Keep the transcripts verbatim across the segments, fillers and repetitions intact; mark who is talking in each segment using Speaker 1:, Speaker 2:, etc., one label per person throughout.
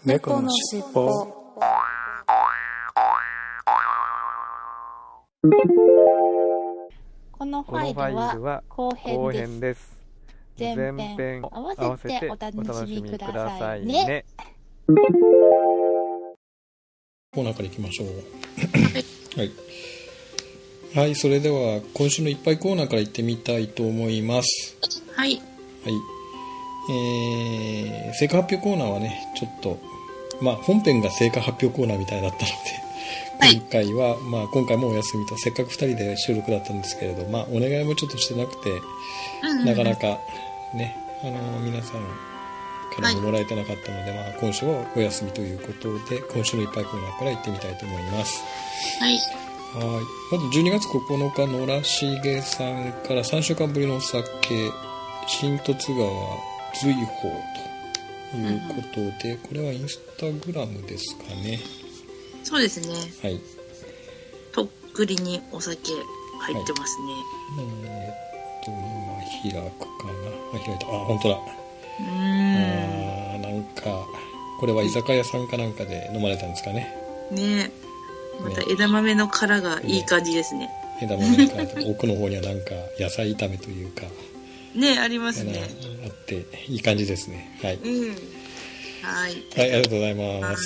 Speaker 1: 猫のしっぽ。
Speaker 2: このファイルは後編です。前編合わせてお楽しみくださいね。
Speaker 1: コーナーからいきましょう。はい、はい、それでは今週のいっぱいコーナーからいってみたいと思います。
Speaker 2: はい、
Speaker 1: はい、えー、成果発表コーナーはね、ちょっとまあ本編が成果発表コーナーみたいだったので、はい、今回は、まあ、今回もお休みと、せっかくふたりで収録だったんですけれど、まあ、お願いもちょっとしてなくて、うんうん、なかなかね、あの皆さんからももらえてなかったので、はい、まあ、今週はお休みということで、今週のいっぱいコーナーから行ってみたいと思います。
Speaker 2: はい。
Speaker 1: はい。まずじゅうにがつここのか、野良重さんからさんしゅうかんぶりのお酒、新十津川随宝ということで、うん、これはインスタグラムですかね。
Speaker 2: そうですね。
Speaker 1: はい。
Speaker 2: とっくりにお酒入ってますね。
Speaker 1: はい、えー、っと今開くかな。あ、開いた。あ、本当だ。
Speaker 2: うーん。
Speaker 1: あ、なんかこれは居酒屋さんかなんかで飲まれたんですかね。
Speaker 2: ね。また枝豆の殻がいい感じですね。
Speaker 1: ね、枝豆の殻と奥の方にはなんか野菜炒めというか。
Speaker 2: ね、ありますね。
Speaker 1: あっていい感じですね。はい。
Speaker 2: うん。はい。
Speaker 1: はい、ありがとうございます。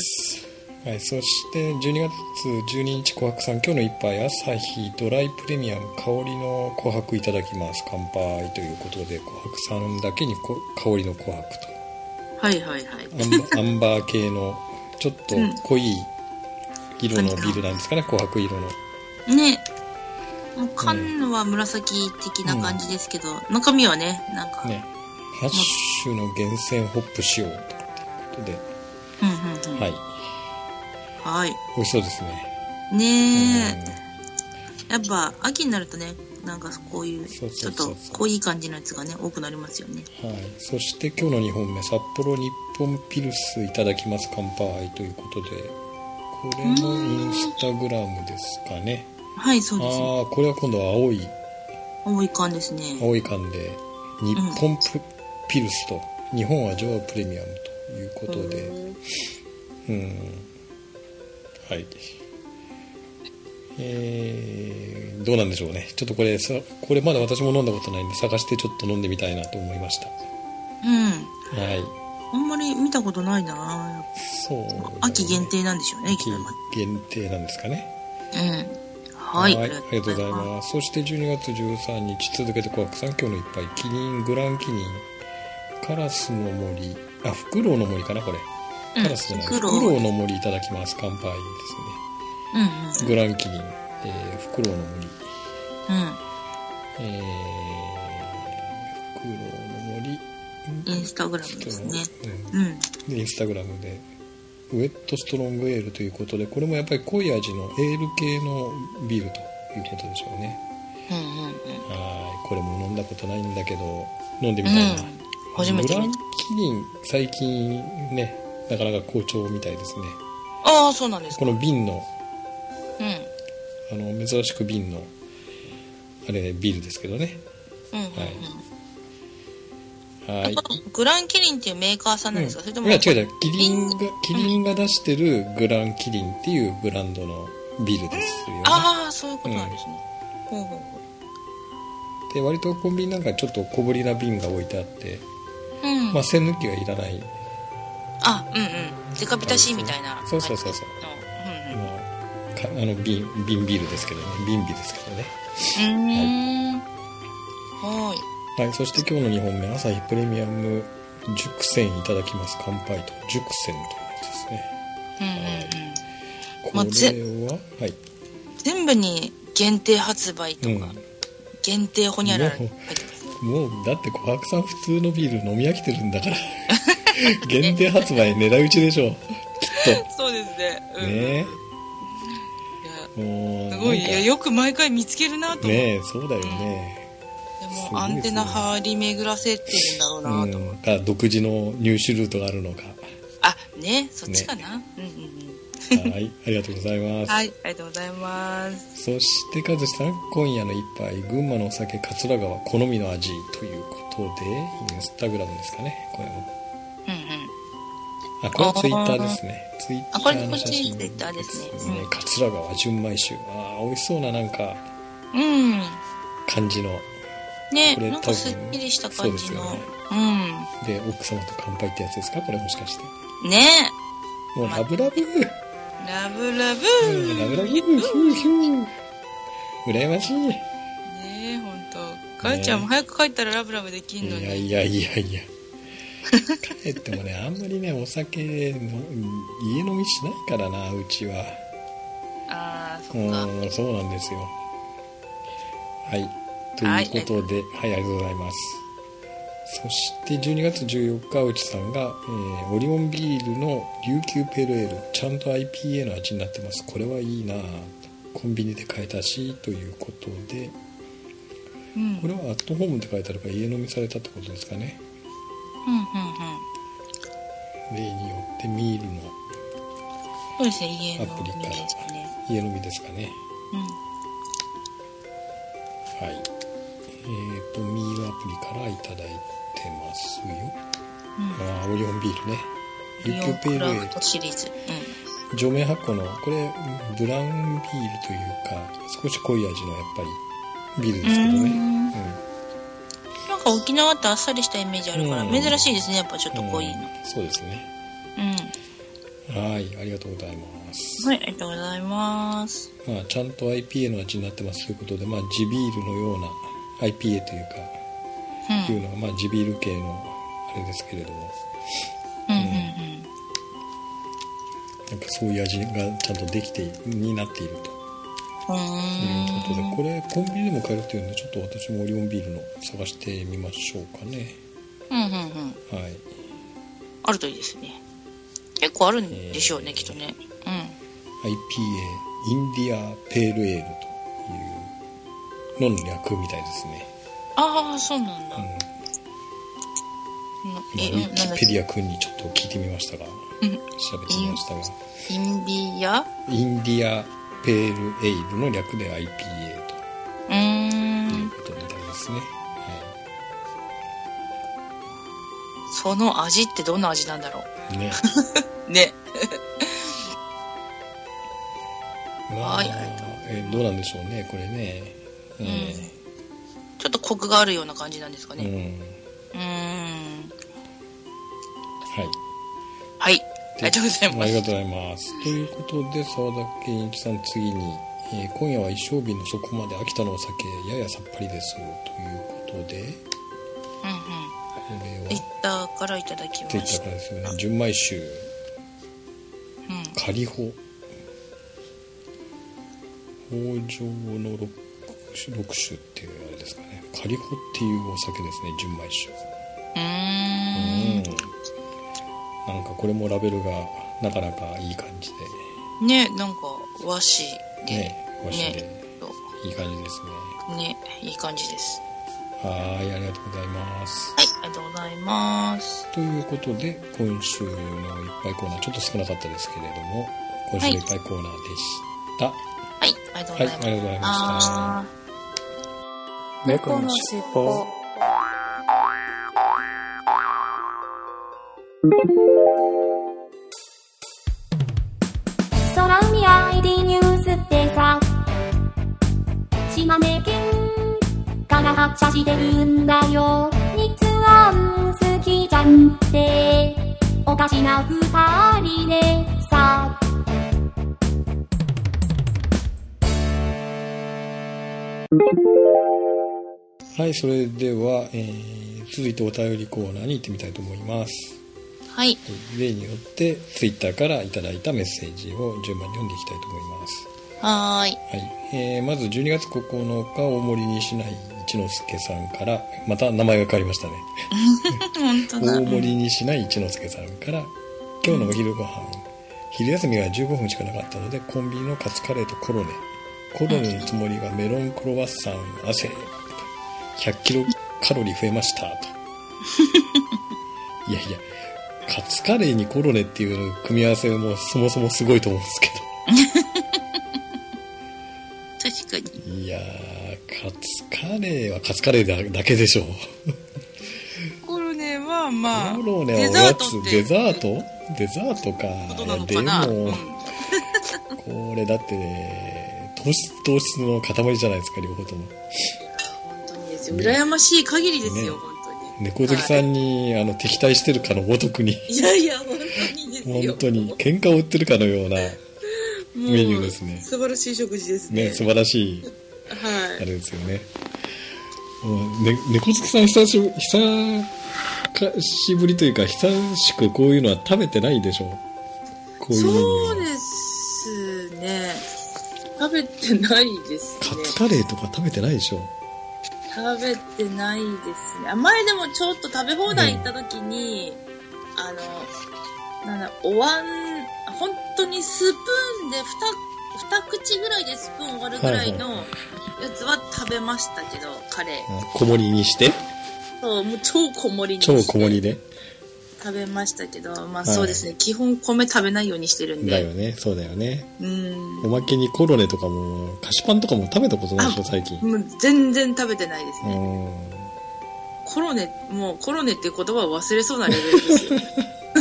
Speaker 1: はい、そしてじゅうにがつじゅうににち琥珀さん、今日の一杯アサヒドライプレミアム香りの琥珀いただきます。乾杯ということで、琥珀さんだけにこ香りの琥珀と、
Speaker 2: はいはいはい、
Speaker 1: アンバ、アンバー系のちょっと濃い色のビールなんですかね、うん、琥珀色の
Speaker 2: ね。もう缶は紫的な感じですけど、うん、中身はね、なんか
Speaker 1: ね、ハッシュの厳選ホップ使用ということで、
Speaker 2: うんうんうん、
Speaker 1: はい
Speaker 2: はい、
Speaker 1: 美味しそうですね。
Speaker 2: ねえ、やっぱ秋になるとね、なんかこういうちょっと濃い感じのやつがね多くなりますよね。
Speaker 1: はい。そして今日のにほんめ、札幌日本ピルスいただきます。乾杯ということで、これもインスタグラムですかね。
Speaker 2: はい、そうです、ね。
Speaker 1: ああ、これは今度は青い
Speaker 2: 青い缶ですね。
Speaker 1: 青い缶で日本プ、うん、ピルスと日本味わうプレミアムということで、うん、はい、えー、どうなんでしょうね。ちょっとこれさ、これまだ私も飲んだことないんで探してちょっと飲んでみたいなと思いました。
Speaker 2: うん。
Speaker 1: はい。
Speaker 2: あんまり見たことないな。
Speaker 1: そう、ね。
Speaker 2: 秋限定なんでしょうね。
Speaker 1: 秋限定なんですかね。
Speaker 2: うん。はい。
Speaker 1: はい、ありがとうございます。そしてじゅうにがつじゅうさんにち続けて琥珀さん、今日の一杯キリングランキリンカラスの森、あ、フクロウの森かなこれ。カラスじゃない、うん、フクロウの森いただきます。乾杯ですね。
Speaker 2: うんうん、
Speaker 1: グランキリン、えー、フクロウの森、
Speaker 2: うん、
Speaker 1: えー、フクロウの森、
Speaker 2: インスタグラムですね。
Speaker 1: うん、うん、インスタグラムでウェットストロングエールということで、これもやっぱり濃い味のエール系のビールということでしょうね。
Speaker 2: うんうんうん、
Speaker 1: はい、これも飲んだことないんだけど飲んでみたいな、うん、
Speaker 2: 初めて見た。
Speaker 1: グランキリン最近ね、なかなか好調みたいですね。
Speaker 2: ああ、そうなんですか。
Speaker 1: この瓶の、
Speaker 2: うん、
Speaker 1: あの珍しく瓶のあれビールですけどね。
Speaker 2: うんうんうん、
Speaker 1: はい、はい、
Speaker 2: グランキリンっていうメーカーさんなんですか、うん、それとも
Speaker 1: いや違う違う、キリンがキリンが出してるグランキリンっていうブランドのビールですよね。
Speaker 2: ああ、そういうことなんですね。うん、ほうほうほ
Speaker 1: う。で割とコンビニなんかちょっと小ぶりな瓶が置いてあって、うん、まあ栓抜きがいらない。
Speaker 2: あ、うんうん、デカビタシーみたいな。
Speaker 1: そうそうそうそう。うんうん、もうあの瓶瓶ビールですけどね、瓶ビールですけどね。
Speaker 2: うーん、はい。
Speaker 1: はい、そして今日のにほんめ、アサヒプレミアム熟成いただきます。乾杯と熟成というやつですね。
Speaker 2: うんうんうん。
Speaker 1: はい、これは、はい、
Speaker 2: 全部に限定発売とか、うん、限定ホニャララ入ってますね。
Speaker 1: もうだって琥珀さん普通のビール飲み飽きてるんだから限定発売狙い撃ちでしょきっと。
Speaker 2: そうですね。うん、
Speaker 1: ね
Speaker 2: え。もうすごい、いや、よく毎回見つけるなと思って。
Speaker 1: ねえ、そうだよね。
Speaker 2: うん、でもアンテナ張り巡らせてるんだろうなと思って。
Speaker 1: うん、か独自の入手ルートがあるのか。
Speaker 2: あ、ね、そっちかな。ね、うんうんうん。
Speaker 1: はい、ありがとうございます。
Speaker 2: はい、ありがとうございます。
Speaker 1: そして和志さん、今夜の一杯、群馬のお酒桂川好みの味ということで、インスタグラムですかね、これも。
Speaker 2: うんうん。
Speaker 1: あ、これツイッターですね。ツイッターの写真
Speaker 2: ツイッターですね。
Speaker 1: うん、桂川純米酒。ああ、美味しそうななんか、
Speaker 2: うん。
Speaker 1: 感じの。
Speaker 2: ね、なんかすっきりした感じの。ね、うん。
Speaker 1: で、奥様と乾杯ってやつですかこれもしかして。
Speaker 2: ね
Speaker 1: もうラブラブ。
Speaker 2: ラブラブ。
Speaker 1: うん、ラブラブ。ヒューヒュー。羨ましい。ね
Speaker 2: え、ほんと。母ちゃんも早く帰ったらラブラブできんのに。
Speaker 1: いやいやいやいや。帰ってもね、あんまりね、お酒の家飲みしないからな、うちは。
Speaker 2: ああ、そっか。
Speaker 1: うん、そうなんですよ。はい。ということで、はい、はい、ありがとうございます。そしてじゅうにがつじゅうよっか、うちさんが、えー、オリオンビールの琉球ペールエール、ちゃんと アイピーエー の味になってます。これはいいな、コンビニで買えたし、ということで、うん、これはアットホームって書いてあるから家飲みされたってことですかね。
Speaker 2: うんうんうん。
Speaker 1: 例によってミールの
Speaker 2: そうですね、家飲み
Speaker 1: アプリから、
Speaker 2: ですね、
Speaker 1: 家飲みですかね。
Speaker 2: うん。
Speaker 1: はい。えーと、ミールアプリからいただいてますよ。うん、ああ、オリオンビールね。琉球ペールエール。
Speaker 2: シリーズ。うん。
Speaker 1: 上面発酵の、これ、ブラウンビールというか、少し濃い味のやっぱりビールですけどね。うん。
Speaker 2: なんか沖縄ってあっさりしたイメージあるから、うん、珍しいですね、やっぱちょっと濃いの。うん、
Speaker 1: そうですね。うん。はい、ありがとうございます。
Speaker 2: はい、ありがとうございます。
Speaker 1: まあ、ちゃんと アイピーエー の味になってますということで、まあ、地ビールのような アイピーエー というか、うん、いうのは、まあ、地ビール系のあれですけれども。
Speaker 2: うんうんうん。
Speaker 1: なんかそういう味がちゃんとできてになっていると。
Speaker 2: うーん。
Speaker 1: ということで、これコンビニでも買えるっていうんで、ちょっと私もオリオンビールの探してみましょうかね。
Speaker 2: うんうんうん。
Speaker 1: はい。
Speaker 2: あるといいですね。結構あるんでしょうね、えー、きっとね。うん。アイ
Speaker 1: ピーエー インディアペールエールというのの略みたいですね。
Speaker 2: ああ、そうなんだ。うん。
Speaker 1: まあ、ウィキペディア君にちょっと聞いてみましたが、うん、調べてみましたが、
Speaker 2: インディア
Speaker 1: インディアペールエールの略で アイピーエー と
Speaker 2: うーん
Speaker 1: いうことみたいですね。はい、
Speaker 2: その味ってどんな味なんだろう
Speaker 1: ね。
Speaker 2: ね。
Speaker 1: まあ、えー、どうなんでしょうね、これね。
Speaker 2: うん、えー、ちょっとコクがあるような感じなんですかね。うん。うーん。
Speaker 1: はい。
Speaker 2: はい。ありがとうございます。
Speaker 1: ありがとうございます。ということで、沢田健一さん、次に、えー、今夜は一升瓶の底まで秋田のお酒、ややさっぱりです。ということで、うんうん。
Speaker 2: これは。ツイッターからいただきました。
Speaker 1: ツイッターからですよね。純米酒。うん。仮穂。北条の六種っていうあれですかね。仮穂っていうお酒ですね、純米酒。
Speaker 2: うーん。うん
Speaker 1: なんかこれもラベルがなかなかいい感じで
Speaker 2: ね、なんか和紙で
Speaker 1: ね、和紙でいい感じです
Speaker 2: ね。ね、いい感じです。
Speaker 1: はい、ありがとうございます。
Speaker 2: はい、ありがとうございます。
Speaker 1: ということで今週のいっぱいコーナーちょっと少なかったですけれども、今週のいっぱいコーナーでした。
Speaker 2: はい、ありがとうございました。はい、ありがとうございま
Speaker 1: した。猫のしっぽ。
Speaker 3: 空海 アイディー ニュースってさ、島根県から発車してるんだよ。日安好きじゃんっておかしな二人でさ。
Speaker 1: はい、それでは、えー、続いてお便りコーナーに行ってみたいと思います。
Speaker 2: はい、
Speaker 1: 例によってツイッターからいただいたメッセージを順番に読んでいきたいと思います。
Speaker 2: はーい、
Speaker 1: はいえー、まずじゅうにがつここのか大森西内一之輔さんから、また名前が変わりましたね。
Speaker 2: 本当だ。
Speaker 1: 大森西内一之輔さんから今日のお昼ご飯、昼休みがじゅうごふんしかなかったのでコンビニのカツカレーとコロネコロネのつもりがメロンクロワッサン汗ひゃっキロカロリー増えましたと。いやいやカツカレーにコロネっていう組み合わせもそもそもすごいと思うんですけど。
Speaker 2: 確かに。
Speaker 1: いやーカツカレーはカツカレーだけでしょう。
Speaker 2: コロネはまあ
Speaker 1: コロネはおやつデザートデザートか。
Speaker 2: ことなのかな。
Speaker 1: でも、
Speaker 2: うん、
Speaker 1: これだってね、糖質糖質の塊じゃないですか、両方とも。
Speaker 2: 本当にですよ。羨ましい限りですよ、
Speaker 1: ね、
Speaker 2: 本当に。
Speaker 1: 猫好きさんに、はい、あの敵対してるかのごとくに。
Speaker 2: いやいや、本当にですよ。
Speaker 1: 本当に喧嘩を売ってるかのようなメニューですね。
Speaker 2: 素晴らしい食事ですね。
Speaker 1: ね、素晴らしい、
Speaker 2: はい、
Speaker 1: あれですよね。ね、猫好きさん久しぶり、久しぶりというか久しくこういうのは食べてないでしょう。こういうメニューは。
Speaker 2: そうですね。食べてないですね。
Speaker 1: カツカレーとか食べてないでしょ。
Speaker 2: 食べてないですね。前でもちょっと食べ放題行った時に、うん、あのなんだお椀、本当にスプーンで二口ぐらいでスプーン終わるぐらいのやつは食べましたけど、はいはい、カレー
Speaker 1: 小盛りにして、
Speaker 2: そうもう超小盛りにして
Speaker 1: 超小盛りで
Speaker 2: 食べましたけど、まあそうですね、はい、基本米食べないようにしてるんで。
Speaker 1: だよね、そうだよね。
Speaker 2: うん。
Speaker 1: おまけにコロネとかも菓子パンとかも食べたことないでしょ最近。
Speaker 2: もう全然食べてないですね。コロネ、もうコロネっていう言葉を忘れそうなレベルですよ。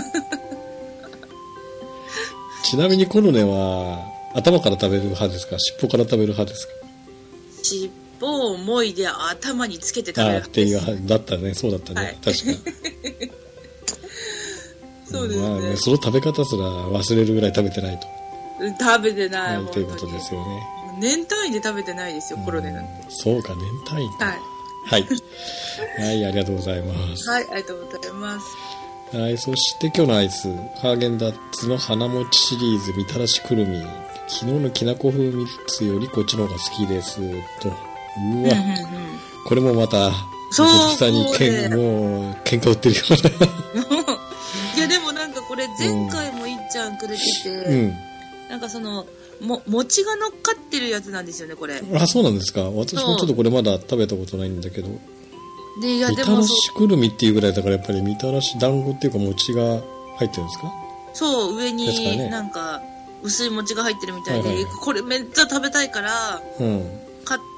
Speaker 1: ちなみにコロネは頭から食べる派ですか、尻尾から食べる派ですか。
Speaker 2: 尻尾をもいで頭につけて食べる派です。
Speaker 1: あっていうだったね、そうだったね、はい、確かに。
Speaker 2: そうですね。まあね、
Speaker 1: その食べ方すら忘れるぐらい食べてないと。
Speaker 2: 食べてない、
Speaker 1: はい、ということですよね。
Speaker 2: 年単位で食べてないですよ、コロネなんて。
Speaker 1: そうか、年単位か。はい。はい。はい、ありがとうございます。
Speaker 2: はい、ありがとうございます。
Speaker 1: はい、そして今日のアイス、ハーゲンダッツの花餅シリーズみたらしくるみ。昨日のきなこ風蜜よりこっちの方が好きですと。うわ、うんうんうん、これもまた猫好きさんにけんもう喧嘩売ってるような。
Speaker 2: いやでもなんかこれ前回もいっちゃんくれてて、うん、なんかそのも餅が乗っかってるやつなんですよねこれ。
Speaker 1: あ、そうなんですか。私もちょっとこれまだ食べたことないんだけど。
Speaker 2: でいや
Speaker 1: みたらしくるみっていうぐらいだからやっぱりみたらし団子っていうか餅が入ってるんですか。
Speaker 2: そう、上になんか薄い餅が入ってるみたいで、はいはい、これめっちゃ食べたいから、うん、買って、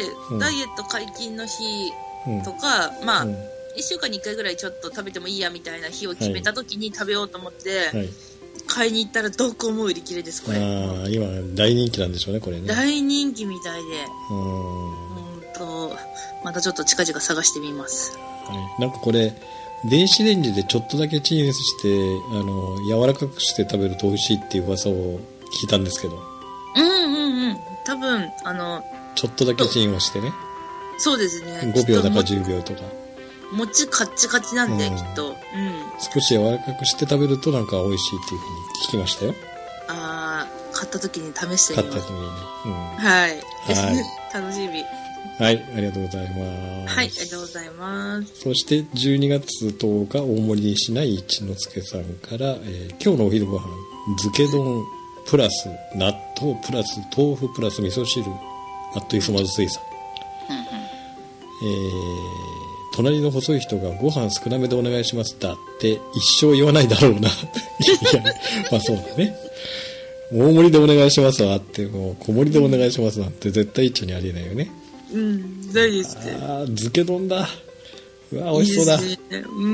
Speaker 2: うん、ダイエット解禁の日とか、うん、まあ、うん、いっしゅうかんにいっかいぐらいちょっと食べてもいいやみたいな日を決めた時に食べようと思って、はい、買いに行ったらどこも売り切れです、これ。
Speaker 1: ああ、今大人気なんでしょうね、これね。
Speaker 2: 大人気みたいで。うん。ほんと、またちょっと近々探してみます。
Speaker 1: はい。なんかこれ、電子レンジでちょっとだけチンして、あの、柔らかくして食べると美味しいっていう噂を聞いたんですけど。
Speaker 2: うんうんうん。多分、あの、
Speaker 1: ちょっとだけチンをしてね。
Speaker 2: そうですね。
Speaker 1: ごびょうだかじゅうびょうとか。
Speaker 2: 餅カッチカチなんで、うん、きっと、うん、
Speaker 1: 少し柔らかくして食べるとなんか美味しいっていう風に聞きましたよ。
Speaker 2: ああ、買った時に試してみます。
Speaker 1: 買った時にね、うん、
Speaker 2: はい、はい、楽しみ。
Speaker 1: はい、ありがとうございます。
Speaker 2: はい、ありがとうございます。
Speaker 1: そしてじゅうにがつとおか大盛りにしない一之輔さんから、えー、今日のお昼ご飯漬け丼プラス納豆プラス豆腐プラス味噌汁あっと磯丸水産、うんうん、えー隣の細い人がご飯少なめでお願いしますだって一生言わないだろうな。いや、まあそうだね。大盛りでお願いしますはあっても小盛りでお願いしますなんて絶対一緒にありえないよね。
Speaker 2: うん、大ですね。
Speaker 1: ああ、漬け丼だ。うわ、美味しそうだ。
Speaker 2: いいですね。うん。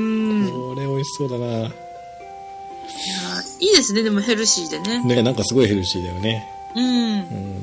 Speaker 1: これ美味しそうだな。いや、
Speaker 2: いいですね。でもヘルシーでね。
Speaker 1: ね、なんかすごいヘルシーだよね。うん、うん、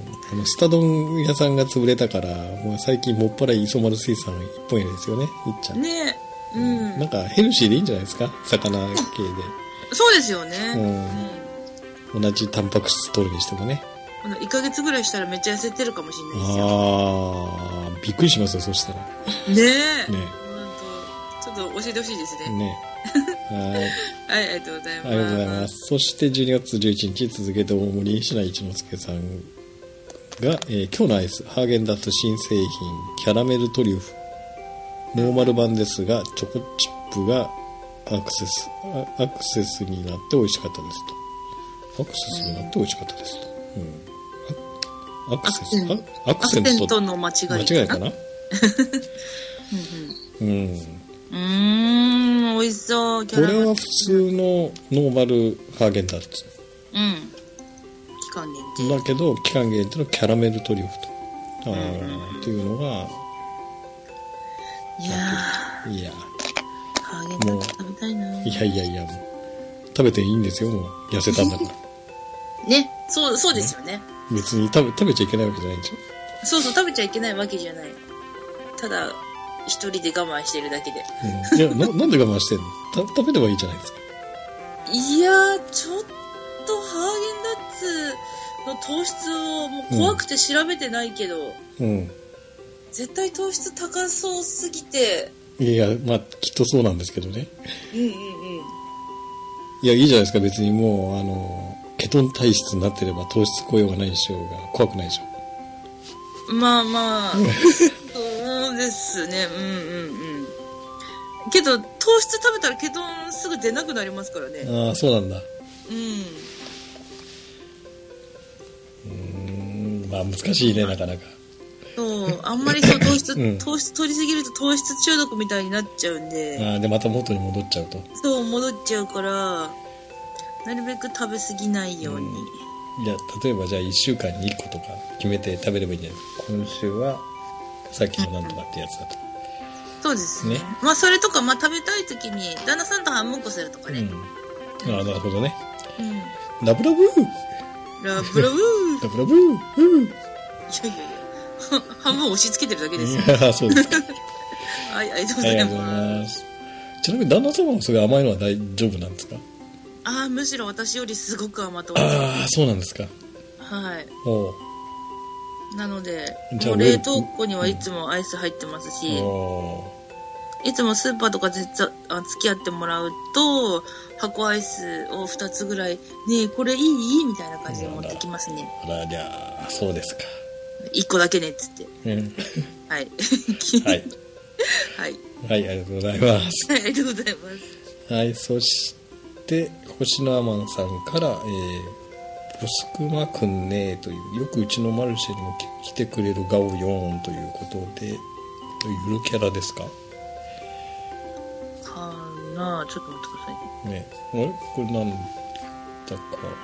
Speaker 1: あのスタ丼屋さんが潰れたからもう最近もっぱら磯丸水産一本やですよね、いっちゃん
Speaker 2: ね。うん、
Speaker 1: なんかヘルシーでいいんじゃないですか、魚系で。
Speaker 2: そうですよね、
Speaker 1: うんうん、同じタンパク質取るにしてもね。
Speaker 2: あのいっかげつぐらいしたらめっちゃ痩せてるかもしれないですよ。
Speaker 1: ああ、びっくりしますよ、そしたら。ね
Speaker 2: えねちょっと教えてほしいですね。ねはい、はい、ありがとうございます。
Speaker 1: ありがとうございます。そしてじゅうにがつじゅういちにち続けて大盛りにしない一之輔さんが、えー、今日のアイスハーゲンダッツ新製品キャラメルトリュフノーマル版ですがチョコチップがアクセスアクセスになって美味しかったですと。アクセスになって美味しかったですと、うん、アクセスアクセント、アクセント
Speaker 2: の間違い
Speaker 1: 間違いかな。うん、うん、
Speaker 2: うーん、美味しそう。
Speaker 1: これは普通のノーマルハーゲンダッツ。うん。
Speaker 2: 期間限定。
Speaker 1: だけど期間限定のキャラメルトリュフと、うん、っていうのが。
Speaker 2: いやー。
Speaker 1: いや。
Speaker 2: ハーゲンダッツ食べたいな。
Speaker 1: いやいやいや。 食べていいんですよ、もう痩せたんだから。
Speaker 2: ね、そう、そうですよね。ね、
Speaker 1: 別に食べ、食べちゃいけないわけじゃないんでしょ。
Speaker 2: そうそう、食べちゃいけないわけじゃない。ただ、一人で我慢してるだけで。
Speaker 1: うん、いやな、なんで我慢してんの？た食べればいいじゃないですか。
Speaker 2: いやー、ちょっとハーゲンダッツの糖質をもう怖くて調べてないけど、うん、絶対糖質高そうすぎて。
Speaker 1: いや、まあ、きっとそうなんですけどね。
Speaker 2: うんうんうん。
Speaker 1: いや、いいじゃないですか、別にもう、あの、ケトン体質になってれば糖質超えようがないでしょうが、怖くないでしょ。
Speaker 2: まあまあ、そうですね、うんうんうん。けど、糖質食べたらケトンすぐ出なくなりますからね。
Speaker 1: ああ、そうなんだ。
Speaker 2: うん。
Speaker 1: うーん、まあ難しいね、なかなか。
Speaker 2: そう、あんまりそう糖質、うん、糖質取りすぎると糖質中毒みたいになっちゃうんで。
Speaker 1: ああ、で、また元に戻っちゃうと。
Speaker 2: そう、戻っちゃうから、なるべく食べ過ぎないように。うん、
Speaker 1: いや、例えばじゃあいっしゅうかんにいっことか決めて食べればいいんじゃないですか。今週は、さっきのなんとかってやつだと。
Speaker 2: そうですね。ね、まあ、それとか、まあ、食べたいときに、旦那さんと半分こするとかね。
Speaker 1: うん、ああ、なるほどね。
Speaker 2: うん。
Speaker 1: ラブラブー
Speaker 2: ラブラブー
Speaker 1: ラブラブーうん。いやい
Speaker 2: やいや。半分押し付けてるだけですよ。
Speaker 1: いや、そうですか。
Speaker 2: はい、ありがとうございます。ありがとうございます。
Speaker 1: ちなみに旦那様はそれ甘いのは大丈夫なんですか？
Speaker 2: ああ、むしろ私よりすごく甘党
Speaker 1: です。ああ、そうなんですか。
Speaker 2: はい。
Speaker 1: おう。
Speaker 2: なので、もう冷凍庫にはいつもアイス入ってますし、うん、いつもスーパーとか絶対あ付き合ってもらうと、箱アイスをふたつぐらい、ねえ、これいい？みたいな感じで持ってきますね。
Speaker 1: あら、じゃあ、そうですか。
Speaker 2: いっこだけねっつって。うん、はい。
Speaker 1: はい。
Speaker 2: はい。
Speaker 1: はい、ありがとうございます。
Speaker 2: はい、ありがとうございます。
Speaker 1: はい、そして、星野アマンさんから、えー、ボスクマくんねという、よくうちのマルシェにも来てくれるガオヨーンということで、ゆるキャラですか？
Speaker 2: かなぁ、ちょっと待ってくださいね。
Speaker 1: ね、あれこれなんだか。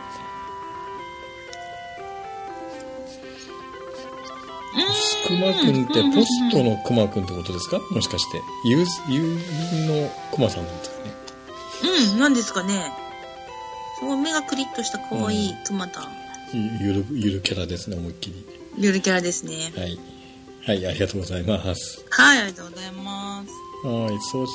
Speaker 1: ボスクマくんってポストのクマくんってことですか？もしかして。郵便のクマさんなんですかね。
Speaker 2: うん、なんですかね。すごい目がクリッとした可愛いクマだ、
Speaker 1: うん、ゆるゆるキャラですね、思いっきり。
Speaker 2: ゆるキャラですね。
Speaker 1: はい。はい、ありがとうございます。
Speaker 2: はい、ありがとうございます。
Speaker 1: はい、そして、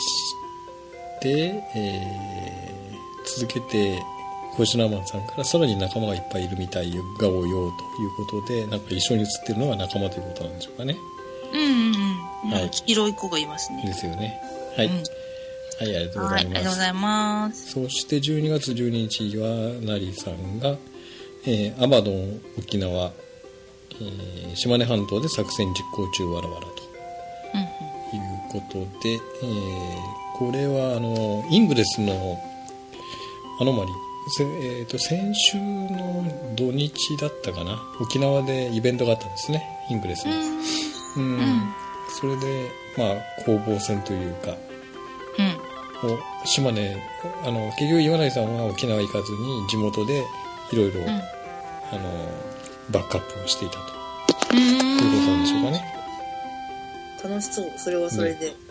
Speaker 1: えー、続けて、星野アマンさんからさらに仲間がいっぱいいるみたいガオヨーということで、なんか一緒に写ってるのが仲間ということなんでしょうかね。
Speaker 2: うんうんうん。はい。黄色い子がいますね。
Speaker 1: ですよね。はい。うん、はい、ありがとうございます。はい、あり
Speaker 2: がとうございます。
Speaker 1: そしてじゅうにがつじゅうににちは、ナリさんが、えー、アマドン沖縄、えー、島根半島で作戦実行中わらわらと、うんうん、いうことで、えー、これはあのイングレスのアノマリせ、えー、と先週の土日だったかな、沖縄でイベントがあったんですね、イングレスの。うん、うん、それでまあ攻防戦というか、うん、を島根あの結局岩内さんは沖縄行かずに地元でいろいろバックアップをしていたということなんでしょうかね。
Speaker 2: 楽しそう、それはそれで、ね。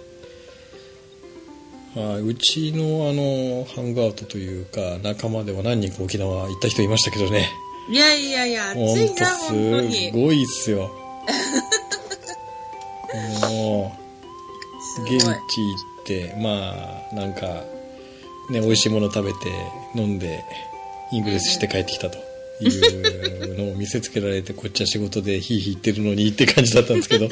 Speaker 1: あうちのあのハングアウトというか仲間では何人か沖縄行った人いましたけどね。
Speaker 2: いやいやいや、暑いな、
Speaker 1: 本当にすごいっすよ。もう現地行ってまあなんかね美味しいもの食べて飲んでイングレスして帰ってきたというのを見せつけられて、こっちは仕事でヒーヒー言ってるのにって感じだったんですけど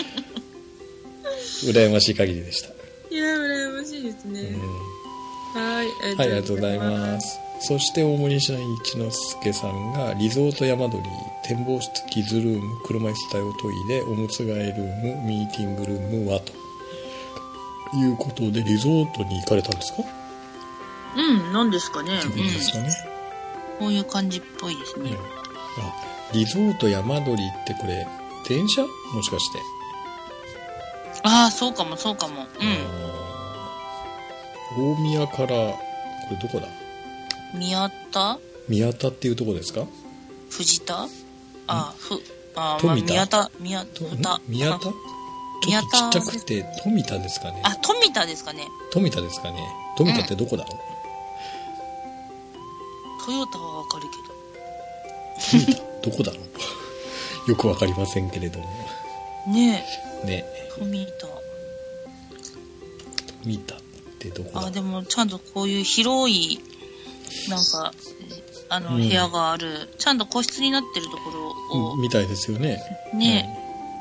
Speaker 1: 羨ましい限りでした。
Speaker 2: いや羨ましいですね、うん、はい、
Speaker 1: ありがとうございます。そして大森市内一之輔さんがリゾート山鳥展望室キッズルーム車椅子対応トイレおむつ替えルームミーティングルームはということでリゾートに行かれたんですか？
Speaker 2: うん、なんですかね。
Speaker 1: ということですかね、
Speaker 2: うん、こういう感じっぽいですね、うん、あ
Speaker 1: リゾート山鳥ってこれ電車もしかして。
Speaker 2: ああ、そうかもそうかも。
Speaker 1: うん。大宮からこれどこだ？
Speaker 2: 宮田？
Speaker 1: 宮田っていうとこですか？
Speaker 2: 藤田？あ、ふあ、
Speaker 1: 富田、
Speaker 2: まあ、宮田宮田
Speaker 1: 宮田？ちょっとちっちゃくて富田ですかね。
Speaker 2: あ、富田ですかね。
Speaker 1: 富田ですかね。富田ってどこだろ
Speaker 2: トヨタはわかるけ
Speaker 1: どどこだろうよくわかりませんけれども
Speaker 2: ね
Speaker 1: えね
Speaker 2: トミタ
Speaker 1: トミタってどこだ。
Speaker 2: あでもちゃんとこういう広いなんかあの、うん、部屋があるちゃんと個室になってるところを、
Speaker 1: うん、みたいですよね。
Speaker 2: ね、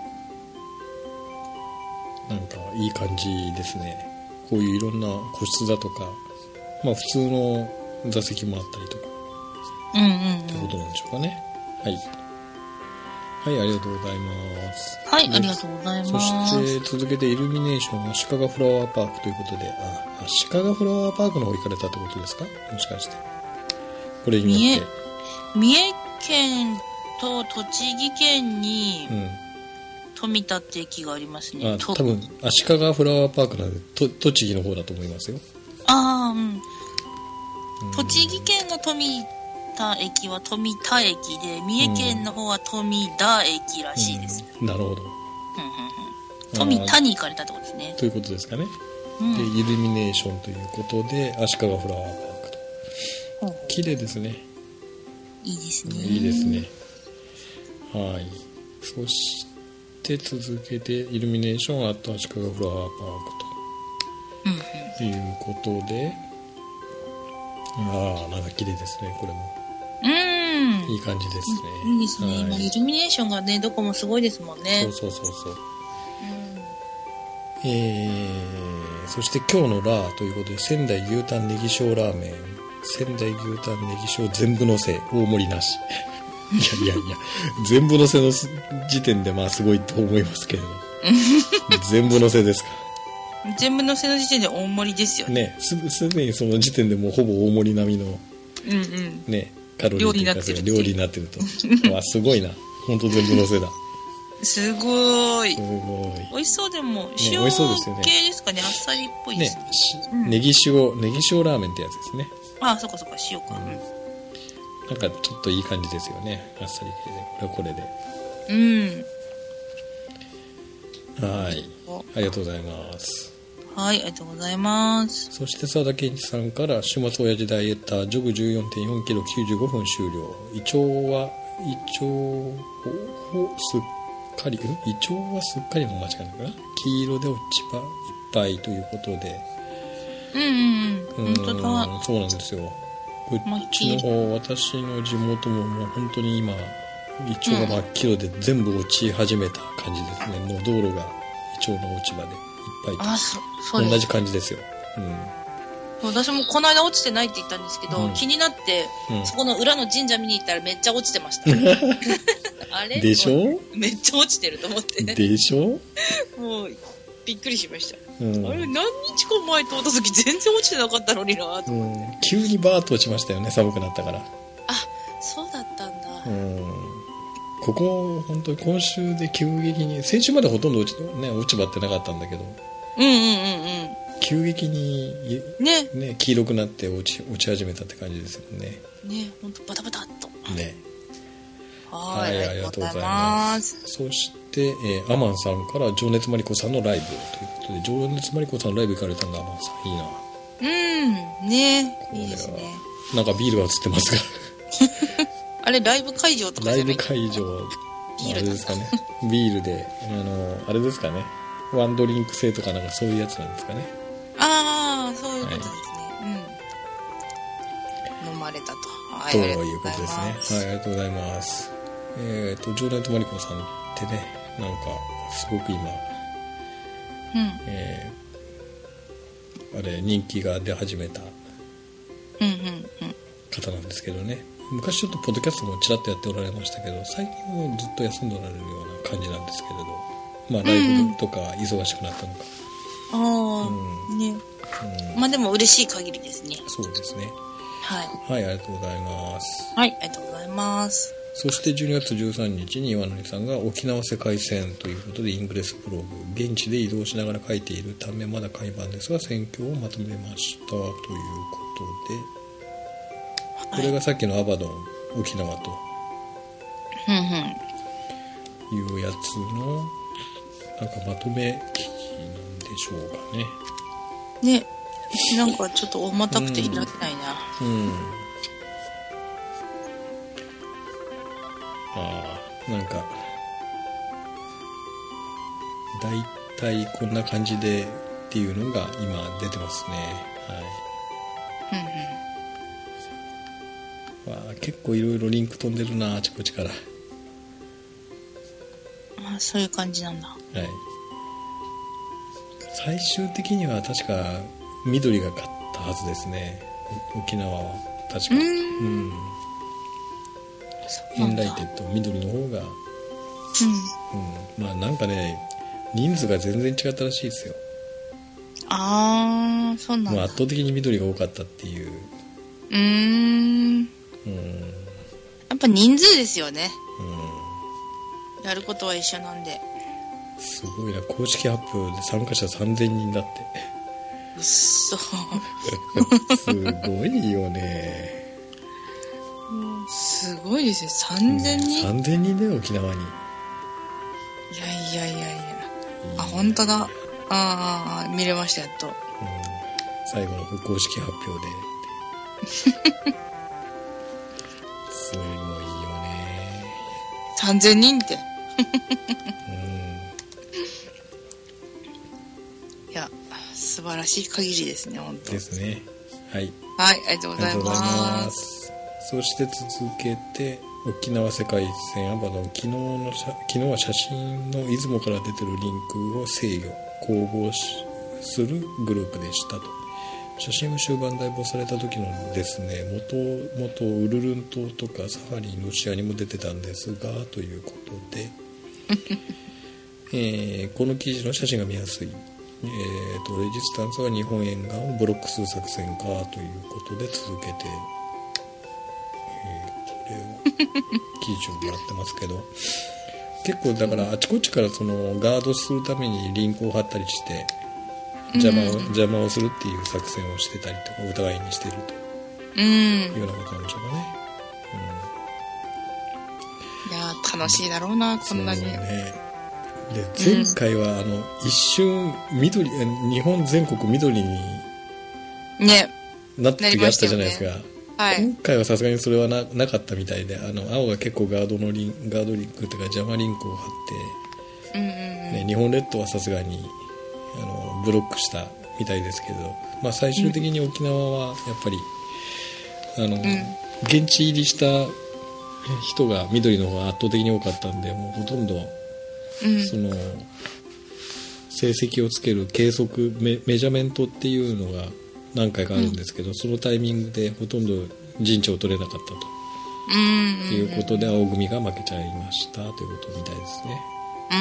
Speaker 1: うん、なんかいい感じですね。こういういろんな個室だとか、まあ普通の座席もあったりとか、
Speaker 2: うんうんうん、
Speaker 1: ってことなんでしょうかね。はい。はい、ありがとうございます。
Speaker 2: はい、ありがとうございます。
Speaker 1: そして続けてイルミネーションは足利フラワーパークということで、あ、足利フラワーパークの方行かれたってことですか？もしかして。これによって。
Speaker 2: 三重県と栃木県に、うん、富田って駅がありますね。
Speaker 1: あ、多分足利フラワーパークなんでと栃木の方だと思いますよ。
Speaker 2: ああ、うん。栃木県の富田駅は富田駅で、三重県の方は富田駅らしいです。
Speaker 1: うん、なるほど。
Speaker 2: 富田に行かれたってことですね。
Speaker 1: ということですかね。うん、でイルミネーションということで足利フラワーパークと。綺麗ですね。
Speaker 2: いいですね。
Speaker 1: いいですね。はい。そして続けてイルミネーションアット足利フラワーパークと、うん、いうことで、ああなんか綺麗ですねこれも。
Speaker 2: うん。
Speaker 1: いい感じです
Speaker 2: ね。いいですね。はい、イルミネーションがねどこもすごいですもんね。
Speaker 1: そうそうそうそう。うん、えー、そして今日のラーということで仙台牛タンネギ塩ラーメン。仙台牛タンネギ塩全部のせ大盛りなしいやいやいや全部のせの時点でまあすごいと思いますけれど全部のせですか。
Speaker 2: 全部のせの時点で大盛りですよね。
Speaker 1: ね、すすでにその時点でもうほぼ大盛り並みの、
Speaker 2: うんうん、
Speaker 1: ね、カロリーというか料理になってるとわすごいな本当全部のせだ。
Speaker 2: すごい。
Speaker 1: すごい。
Speaker 2: 美味しそうでも、塩系ですかね、あっさりっぽいですね。
Speaker 1: ね、うん、ネギ塩、ネギ塩ラーメンってやつですね。
Speaker 2: ああ、そっかそっか、塩か。うん、
Speaker 1: なんかちょっといい感じですよね、あっさり系で。これはこれで。
Speaker 2: うん。
Speaker 1: はい。ありがとうございます。
Speaker 2: はい、ありがとうございます。
Speaker 1: そして澤田健一さんから、週末親父ダイエッター、ジョグ じゅうよんてんよんキロ、きゅうじゅうごふん終了。胃腸は、胃腸をすっかり、胃腸はすっかりの間違いなのかな。黄色で落ち葉いっぱいということで。
Speaker 2: うんうんうん。本当だ。
Speaker 1: そうなんですよ。こっちの方、私の地元ももう本当に今、胃腸が真っ黄色で全部落ち始めた感じですね。うん、もう道路が胃腸の落ち葉でいっぱいと。
Speaker 2: あ、そ、そうです。
Speaker 1: 同じ感じですよ。
Speaker 2: うん。私もこの間落ちてないって言ったんですけど、うん、気になって、うん、そこの裏の神社見に行ったらめっちゃ落ちてました。あれ
Speaker 1: でしょ？
Speaker 2: めっちゃ落ちてると思って。
Speaker 1: でしょ？
Speaker 2: もう、びっくりしました。うん、あれ何日か前通った時全然落ちてなかったのになと思って、
Speaker 1: うん、急にバーッと落ちましたよね、寒くなったから。
Speaker 2: あ、そうだったんだ。
Speaker 1: うん、ここ本当に今週で急激に、先週までほとんど落ち、ね、落ち葉ってなかったんだけど、
Speaker 2: うんうんうんうん、
Speaker 1: 急激にね、ね、黄色くなって落ち、落ち始めたって感じですよね。
Speaker 2: ね、本当バタバタっと
Speaker 1: ね。
Speaker 2: はい、ありがとうございます。
Speaker 1: そして、えー、アマンさんから情熱マリコさんのライブということで、情熱マリコさんのライブ行かれたんだ。アマンさんいいな。
Speaker 2: うんね、いいですね。
Speaker 1: なんかビールが映ってますが
Speaker 2: あれライブ会場とか
Speaker 1: じゃない？ライブ会場あれですかね。ビールであのあれですかね。ワンドリンク制とかなんかそういうやつなんですかね。
Speaker 2: ああ、そういうことですね。はい、うん。飲まれたと。
Speaker 1: はい、ということですね。はい、ありがとうございます。えっ、ー、と、ジョーナントマリコさんってね、なんか、すごく今、うん、えー、あれ、人気が出始めた方なんですけどね。昔ちょっとポッドキャストもちらっとやっておられましたけど、最近はずっと休んでおられるような感じなんですけれど、まあ、ライブとか忙しくなったのか。
Speaker 2: ああ、うん、ね。うん、まあでも嬉しい限りですね。
Speaker 1: そうですね。
Speaker 2: はい。
Speaker 1: はい、ありがとうございます。
Speaker 2: はい、ありがとうございます。
Speaker 1: そしてじゅうにがつじゅうさんにちに岩成さんが沖縄世界戦ということでイングレスブログ、現地で移動しながら書いているためまだ改版ですが戦況をまとめましたということで、これがさっきのアバドン沖縄というやつのなんかまとめ記事なんでしょうかね。
Speaker 2: ね、なんかちょっと重たくて開けないな。
Speaker 1: うん、うん、 ああ、なんかだいたいこんな感じでっていうのが今出てますね。はい。うんうん。わあ、結構いろいろリンク飛んでるな、あちこちから。
Speaker 2: ああ、そういう感じなんだ。はい。
Speaker 1: 最終的には確か緑が勝ったはずですね。沖縄は確か。うん。うんエンライテッド緑の方が、うん、うん、まあなんかね人数が全然違ったらしいですよ。
Speaker 2: ああ、そうなんだ。
Speaker 1: もう圧倒的に緑が多かったっていう。
Speaker 2: うーん。うん。やっぱ人数ですよね。うん。やることは一緒なんで。
Speaker 1: すごいな、公式発表で参加者さんぜんにんだって。
Speaker 2: うっそ。
Speaker 1: すごいよね。
Speaker 2: すごいですよ、さんぜんにん、
Speaker 1: うん、さんぜんにんだよ、沖縄に。い
Speaker 2: やいやいやいや、あ、本当だ。ああ、見れました、やっと。うん、
Speaker 1: 最後の不公式発表で。すごいよね。
Speaker 2: さんぜんにんって。うん、いや、素晴らしい限りですね、本当。
Speaker 1: ですね。はい。
Speaker 2: はい、ありがとうございます。
Speaker 1: そして続けて沖縄世界一戦アバの昨日の昨日は写真の出雲から出てるリンクを制御攻防するグループでしたと。写真を終盤代行された時のですね、元々ウルルン島とかサハリンロシアにも出てたんですがということで、えー、この記事の写真が見やすい、えー、とレジスタンスは日本沿岸をブロックする作戦かということで続けて記事をもらってますけど、結構だからあちこちからそのガードするためにリンクを貼ったりして邪魔を、うん、邪魔をするっていう作戦をしてたりとかお互いにしているというようなことなんでしょうかね。
Speaker 2: うん、いや楽しいだろうな、こんなに。
Speaker 1: ね、で前回はあの、うん、一瞬緑日本全国緑に
Speaker 2: ね
Speaker 1: なった時あったじゃないですか。
Speaker 2: はい、
Speaker 1: 今回はさすがにそれは な, なかったみたいで、あの青が結構ガードのリンガードリンクというか邪魔リンクを貼って、うんうんうんね、日本列島はさすがにあのブロックしたみたいですけど、まあ、最終的に沖縄はやっぱり、うん、あの、うん、現地入りした人が緑の方が圧倒的に多かったんで、もうほとんど、うん、その成績をつける計測 メ, メジャメントっていうのが何回かあるんですけど、うん、そのタイミングでほとんど陣地を取れなかったと、うんうんうん、いうことで青組が負けちゃいましたということみたいですね。う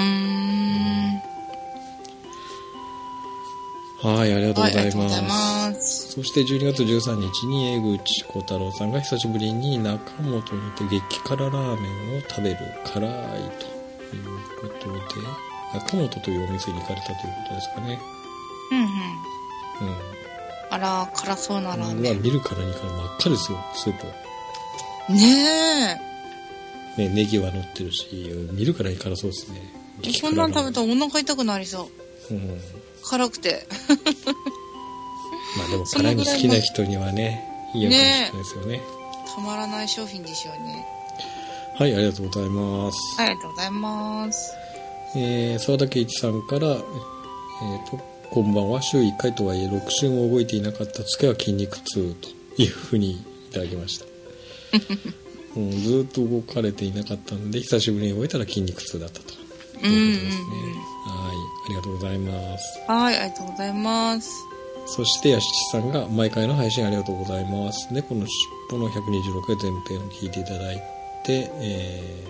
Speaker 1: ーん、はい、ありがとうございます。はい、ますそしてじゅうにがつじゅうさんにちに江口小太郎さんが久しぶりに中本にて激辛ラーメンを食べる辛いということで、中本というお店に行かれたということですかね。うんうん、うん、
Speaker 2: あら、辛そうなラーメン。
Speaker 1: 見るからにから真っ赤ですよ、スープは。
Speaker 2: ね
Speaker 1: え。ね、ネギは乗ってるし、見るからに辛そうですね。
Speaker 2: こんなん食べたらお腹痛くなりそう。うん、辛くて。
Speaker 1: まあでも辛いの好きな人にはね、いいやかもしれないですよね。
Speaker 2: たまらない商品でしょうね。
Speaker 1: はい、ありがとうございます。
Speaker 2: はい、ありがとうございます。
Speaker 1: えー、沢田圭一さんから、えーと、こんばんは。週いっかいとはいえろく週も動いていなかった月は筋肉痛というふうにいただきました。うん、ずっと動かれていなかったので久しぶりに動いたら筋肉痛だったということですね。はい、ありがとうございます。
Speaker 2: はい、ありがとうございます。
Speaker 1: そしてやしちさんが毎回の配信ありがとうございます。猫のしっぽのひゃくにじゅうろっかい前編を聞いていただいて、え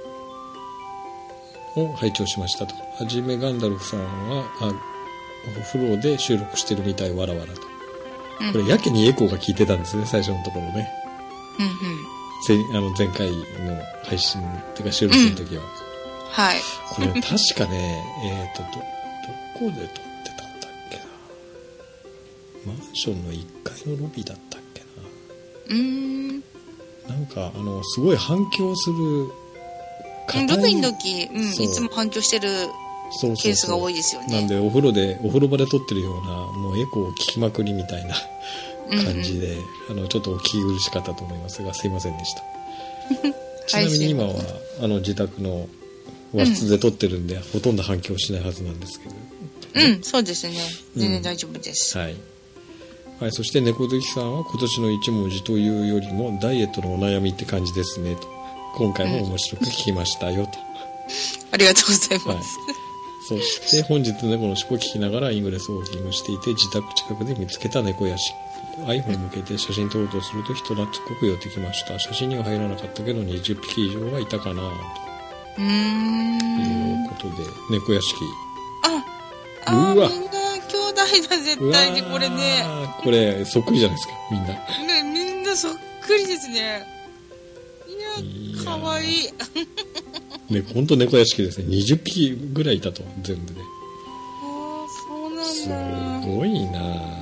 Speaker 1: ー、を拝聴しましたと。はじめガンダルフさんはあお風呂で収録してるみたいわらわらと、うん、これやけにエコーが効いてたんですね、最初のところね。うんうん、あの前回の配信っていうか収録の時は、うん、
Speaker 2: はい。
Speaker 1: これ確かねえっとどどこで撮ってたんだっけな、マンションのいっかいのロビーだったっけな。うーん、なんかあのすごい反響する
Speaker 2: ロビーの時、うん、いつも反響してるそうそうそうケースが多いですよね。
Speaker 1: なんでお風呂でお風呂場で撮ってるようなもうエコーを聞きまくりみたいな感じで、うんうん、あのちょっとお聞き苦しかったと思いますがすいませんでした。 ちなみに今はあの自宅の和室で撮ってるんで、うん、ほとんど反響しないはずなんですけど。
Speaker 2: うん、そうですね。全然大丈夫です。
Speaker 1: うん、はい。はい、そして猫好きさんは今年の一文字というよりもダイエットのお悩みって感じですねと。今回も面白く聞きましたよと。うん、
Speaker 2: ありがとうございます。はい、
Speaker 1: そして本日猫の尻尾を聞きながらイングレスウォーキングしていて、自宅近くで見つけた猫屋敷。iPhone 向けて写真撮ろうとすると人懐っこく寄ってきました。写真には入らなかったけどにじゅっぴき以上はいたかなと。うーん。いうことで猫屋敷。
Speaker 2: あ、あうわ。みんな兄弟だ絶対にこれね。
Speaker 1: これそっくりじゃないですかみんな。
Speaker 2: ねみんなそっくりですね。いや可愛いい。
Speaker 1: ね本当猫屋敷ですね。にじゅっぴきぐらいいたと全部で。
Speaker 2: ああそうなん
Speaker 1: だ。すごいな。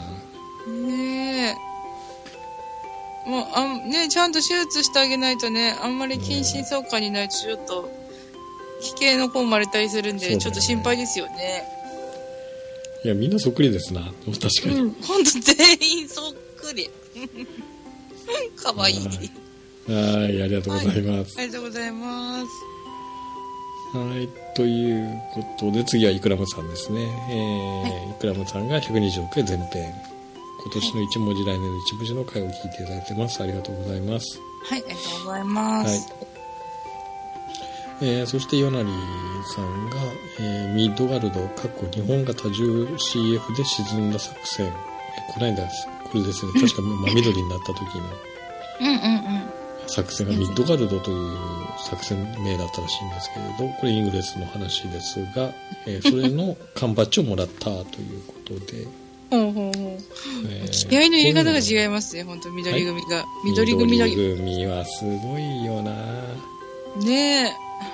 Speaker 2: もうあね、ちゃんと手術してあげないとね、あんまり近親相関にないとちょっと奇形の子生まれたりするんで、ね、ちょっと心配ですよね。
Speaker 1: いやみんなそっくりですな。確かに。
Speaker 2: うん、ほんと全員そっくり。かわいい。
Speaker 1: はい、ありがとうございます。
Speaker 2: はい、ありがとうございます。
Speaker 1: はい、ということで次はイクラムさんですね。えーはい、イクラムさんがひゃくにじゅうろっかい前編。今年の一文字来年の一文字の回を聞いていただいてます。ありがとうございます。
Speaker 2: はい、ありがとうございます。はい
Speaker 1: えー、そしてヨナリさんが、えー、ミッドガルド過去日本型 じゅうシーエフ で沈んだ作戦、えー、この間これですね確か真緑になった時の
Speaker 2: うんうんうん
Speaker 1: 作戦がミッドガルドという作戦名だったらしいんですけれど、これイングレスの話ですが、えー、それの缶バッジをもらったということで
Speaker 2: ほうほうほう。えー、気合の言い方が違いますね、本当緑組が、はい、緑組の。
Speaker 1: 緑組はすごいよな。
Speaker 2: ねえ。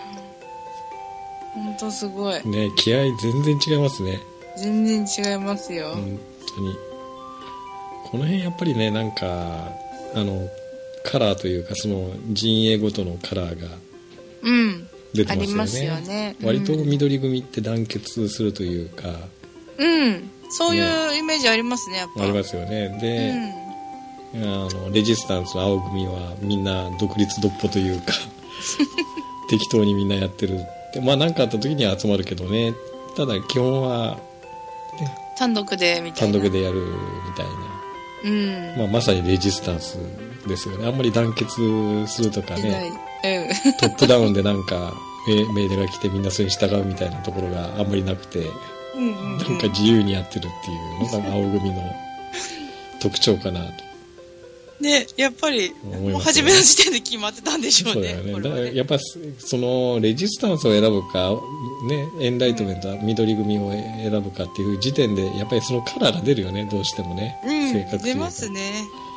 Speaker 2: 本当すごい。
Speaker 1: ねえ、気合全然違いますね。
Speaker 2: 全然違いますよ。
Speaker 1: 本当に。この辺やっぱりね、なんかあのカラーというかその陣営ごとのカラーが出てますよね。うん、ありますよね。うん、割と緑組って団結するというか。
Speaker 2: うん。そういうイメージありますね、やっぱ。
Speaker 1: ありますよね。で、うん、あのレジスタンスの青組はみんな独立独歩というか適当にみんなやってるって、まあ何かあった時には集まるけどね。ただ基本は、
Speaker 2: ね、単独でみたいな。
Speaker 1: 単独でやるみたいな。うん。まあまさにレジスタンスですよね。あんまり団結するとかね。うん、トップダウンでなんか命令が来てみんなそれに従うみたいなところがあんまりなくて。うんうんうん、なんか自由にやってるっていうのが青組の特徴かなと。
Speaker 2: ね、やっぱりもう初めの時点で決まってたんでしょうね。
Speaker 1: そうだよね。だからやっぱそのレジスタンスを選ぶか、ね、エンライトメント、うん、緑組を選ぶかっていう時点でやっぱりそのカラーが出るよね、どうしてもね。
Speaker 2: うん、性格というか出ますね。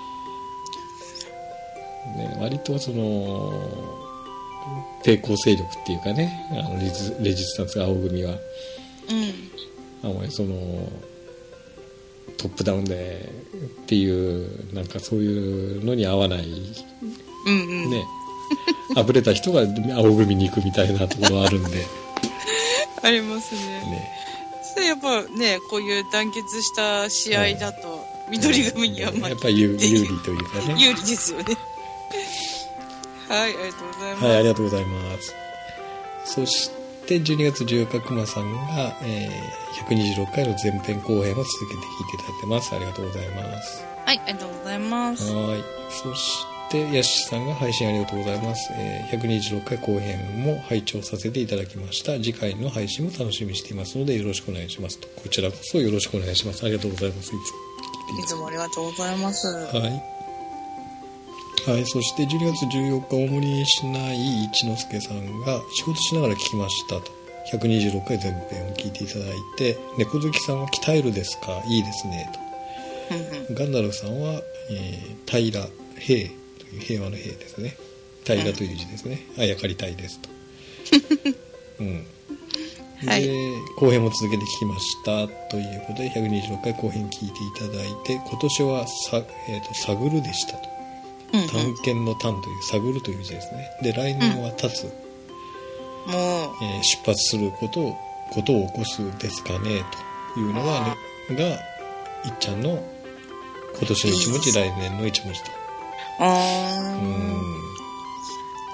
Speaker 1: ね、割とその抵抗勢力っていうかね、あのレジ、レジスタンス青組は。うんあまりそのトップダウンでっていうなんかそういうのに合わない、うんうん、ねあぶれた人が青組に行くみたいなところはあるんで
Speaker 2: ありますね。ねそれやっぱねこういう団結した試合だと、うん、緑組にはまあ
Speaker 1: やっぱり有利というかね
Speaker 2: 有利ですよねはいありがとうございます。
Speaker 1: はいありがとうございます。そしてでじゅうにがつじゅうよっかくまさんが、えー、ひゃくにじゅうろっかいの前編後編を続けて聞いていただいてます。ありがとうございます。
Speaker 2: はいありがとうございます。
Speaker 1: はいそしてヤシさんが配信ありがとうございます、えー、ひゃくにじゅうろっかい後編も拝聴させていただきました。次回の配信も楽しみにしていますのでよろしくお願いしますと。こちらこそよろしくお願いします。ありがとうございます。いつも
Speaker 2: いつもありがとうございます。
Speaker 1: はいはい、そしてじゅうにがつじゅうよっか大森にしない一之輔さんが仕事しながら聞きましたと。ひゃくにじゅうろっかい前編を聞いていただいて、猫好きさんは鍛えるですかいいですねとガンダルフさんは、えー、平平という平和の平ですね。平という字ですね。あやかりたいですと、うん、で、はい、後編も続けて聞きましたということでひゃくにじゅうろっかい後編聞いていただいて、今年はさ、えーと、探るでしたと。探検の探という探るという字ですね。で来年は立つ、うんえー、出発することをことを起こすですかねというのが、ね、がいっちゃんの今年の一文字来年の一文字と。
Speaker 2: あうん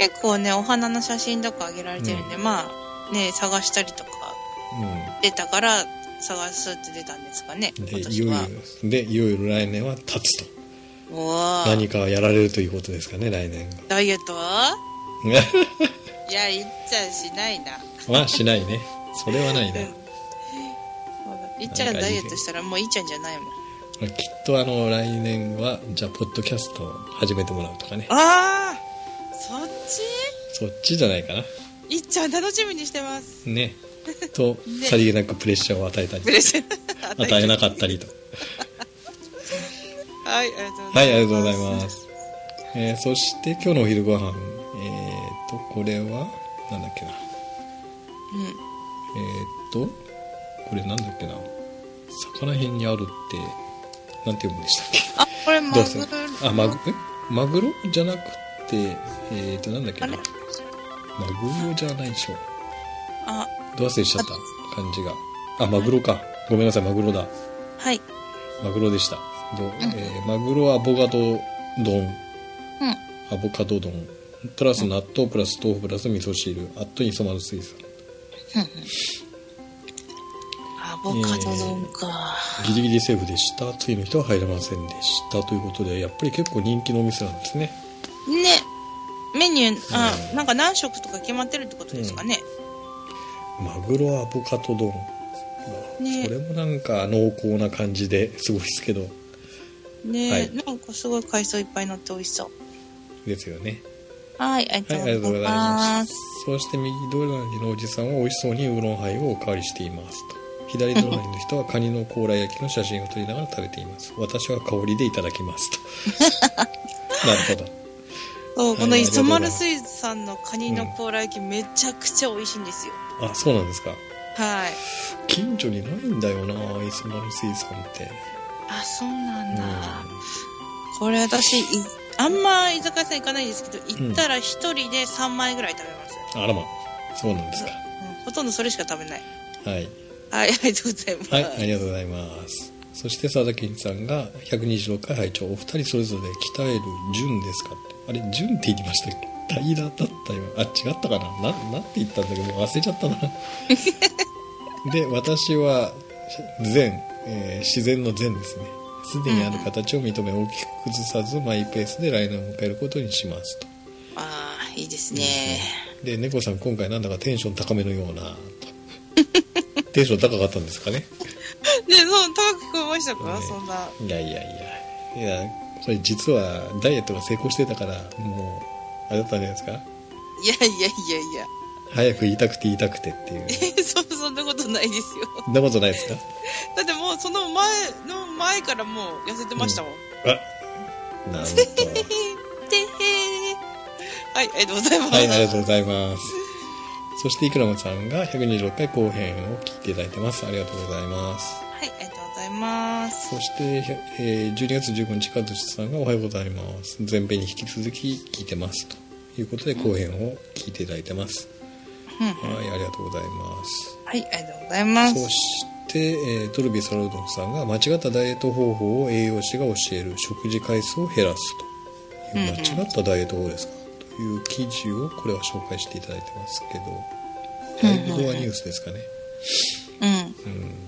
Speaker 2: 結構ね、お花の写真とかあげられてるんで、うん、まあ、ね、探したりとか、うん、出たから探すって出たんですかね。
Speaker 1: で、いよいよ、で、いよいよ来年は経つと。お何かやられるということですかね、来年が。
Speaker 2: ダイエットはいや、いっちゃんしないな。
Speaker 1: まあ、しないね。それはないな。
Speaker 2: いっちゃんダイエットしたらもういっちゃんじゃないもん。
Speaker 1: きっとあの来年はじゃあポッドキャストを始めてもらうとかね。
Speaker 2: ああ、そっち？
Speaker 1: そっちじゃないかな。
Speaker 2: いっちゃん楽しみにしてます。
Speaker 1: ね。と、ね、さりげなくプレッシャーを与えたり、与えなかったりと。
Speaker 2: はい、ありがとうございます。
Speaker 1: はい、ありがとうございます。えー、そして今日のお昼ご飯、えーとこれはなんだっけな。うん。えーとこれなんだっけな。魚辺にあるってなんて読むんでしたっけ。
Speaker 2: あ、これマグロ。
Speaker 1: あ、マグえマグロじゃなくてえーとなんだっけな。マグロじゃないでしょ。あ、どう忘れしちゃった感じが。あ、マグロか。ごめんなさい、マグロだ。
Speaker 2: はい。
Speaker 1: マグロでした。どう、うん、えー、マグロアボカド丼。うん。アボカド丼。プラス納豆、プラス豆腐、プラス味噌汁。あっとに染まる水産。うん。
Speaker 2: アボカド丼か、
Speaker 1: えー。ギリギリセーフでした。次の人は入れませんでした。ということで、やっぱり結構人気のお店なんですね。
Speaker 2: ね。メニュー、あ、うん、なんか何食とか決まってるってことですかね。
Speaker 1: うん、マグロアボカド丼。ね、それもなんか濃厚な感じですごいですけど
Speaker 2: ね、はい、なんかすごい海藻いっぱい乗って美味しそう
Speaker 1: ですよね。
Speaker 2: はい、ありがとうございます。
Speaker 1: そして右隣のおじさんは美味しそうにウーロンハイをおかわりしていますと。左隣の人はカニの甲羅焼きの写真を撮りながら食べています。私は香りでいただきますとなるほど。
Speaker 2: そう、はい、この磯丸水産のカニの甲羅焼き、うん、めちゃくちゃ美味しいんですよ。
Speaker 1: あ、そうなんですか。
Speaker 2: はい。
Speaker 1: 近所にないんだよな、磯丸水産って。
Speaker 2: あ、そうなんだ。うん、これ私あんま居酒屋さん行かないですけど、行ったら一人でさんまいぐらい食べます。
Speaker 1: うん、あらま、そうなんですか。
Speaker 2: うん、ほとんどそれしか食べない。
Speaker 1: はい。
Speaker 2: はい、ありがとうございます。
Speaker 1: はい、ありがとうございます。そして佐々木さんがひゃくにじゅうろっかい拝聴。お二人それぞれ鍛える順ですかって。あれ順って言いましたっけ。平だったよ。あ、違ったかな。な、なんて言ったんだけど忘れちゃったな。で、私は善、えー、自然の善ですね。すでにある形を認め大きく崩さず、マイペースで来年を迎えることにしますと。
Speaker 2: ああ、いいですね。
Speaker 1: で、猫さん今回なんだかテンション高めのようなテンション高かったんですかね。ね、
Speaker 2: そう高く聞こえましたか、ね、そんな。
Speaker 1: いやいやいやいや、これ実はダイエットが成功してたからもうあれだったんじゃないですか。いや
Speaker 2: いやいやいや。
Speaker 1: 早く言いたくて言いたくてっていう。
Speaker 2: え、そ, そんなことないですよ。
Speaker 1: そんなことないですか。
Speaker 2: だってもうその前の前からもう痩せてましたもん。うん、
Speaker 1: あ、なんと。
Speaker 2: はい、ありがとうございます。
Speaker 1: はい、ありがとうございます。そしてイクラマさんがひゃくにじゅうろっかい後編を聞いていただいてます。ありがとうございます。
Speaker 2: はい、ありがとうございます。
Speaker 1: そして、えー、じゅうにがつじゅうごにちかずしさんがおはようございます。前編に引き続き聞いてますということで後編を聞いていただいてます。うん、はい、ありがとうございます。
Speaker 2: はい、ありがとうございます。
Speaker 1: そして、えー、トルビーサラうどんさんが間違ったダイエット方法を栄養士が教える。食事回数を減らすという間違ったダイエット法ですか、うんうん、という記事をこれは紹介していただいてますけど、ライブドアニュースですかね。うん、うん、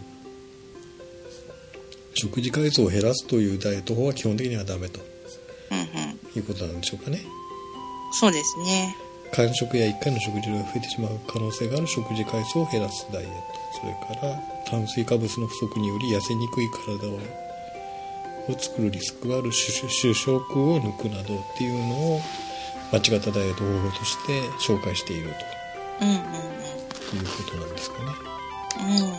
Speaker 1: 食事回数を減らすというダイエット法は基本的にはダメと、うんうん、いうことなんでしょうかね。
Speaker 2: そうですね。
Speaker 1: 間食やいっかいの食事量が増えてしまう可能性がある食事回数を減らすダイエット、それから炭水化物の不足により痩せにくい体をを作るリスクがある主食を抜くなどっていうのを間違ったダイエット方法として紹介していると、うんうんうん、いうことなんですかね。うん、はい、
Speaker 2: はい、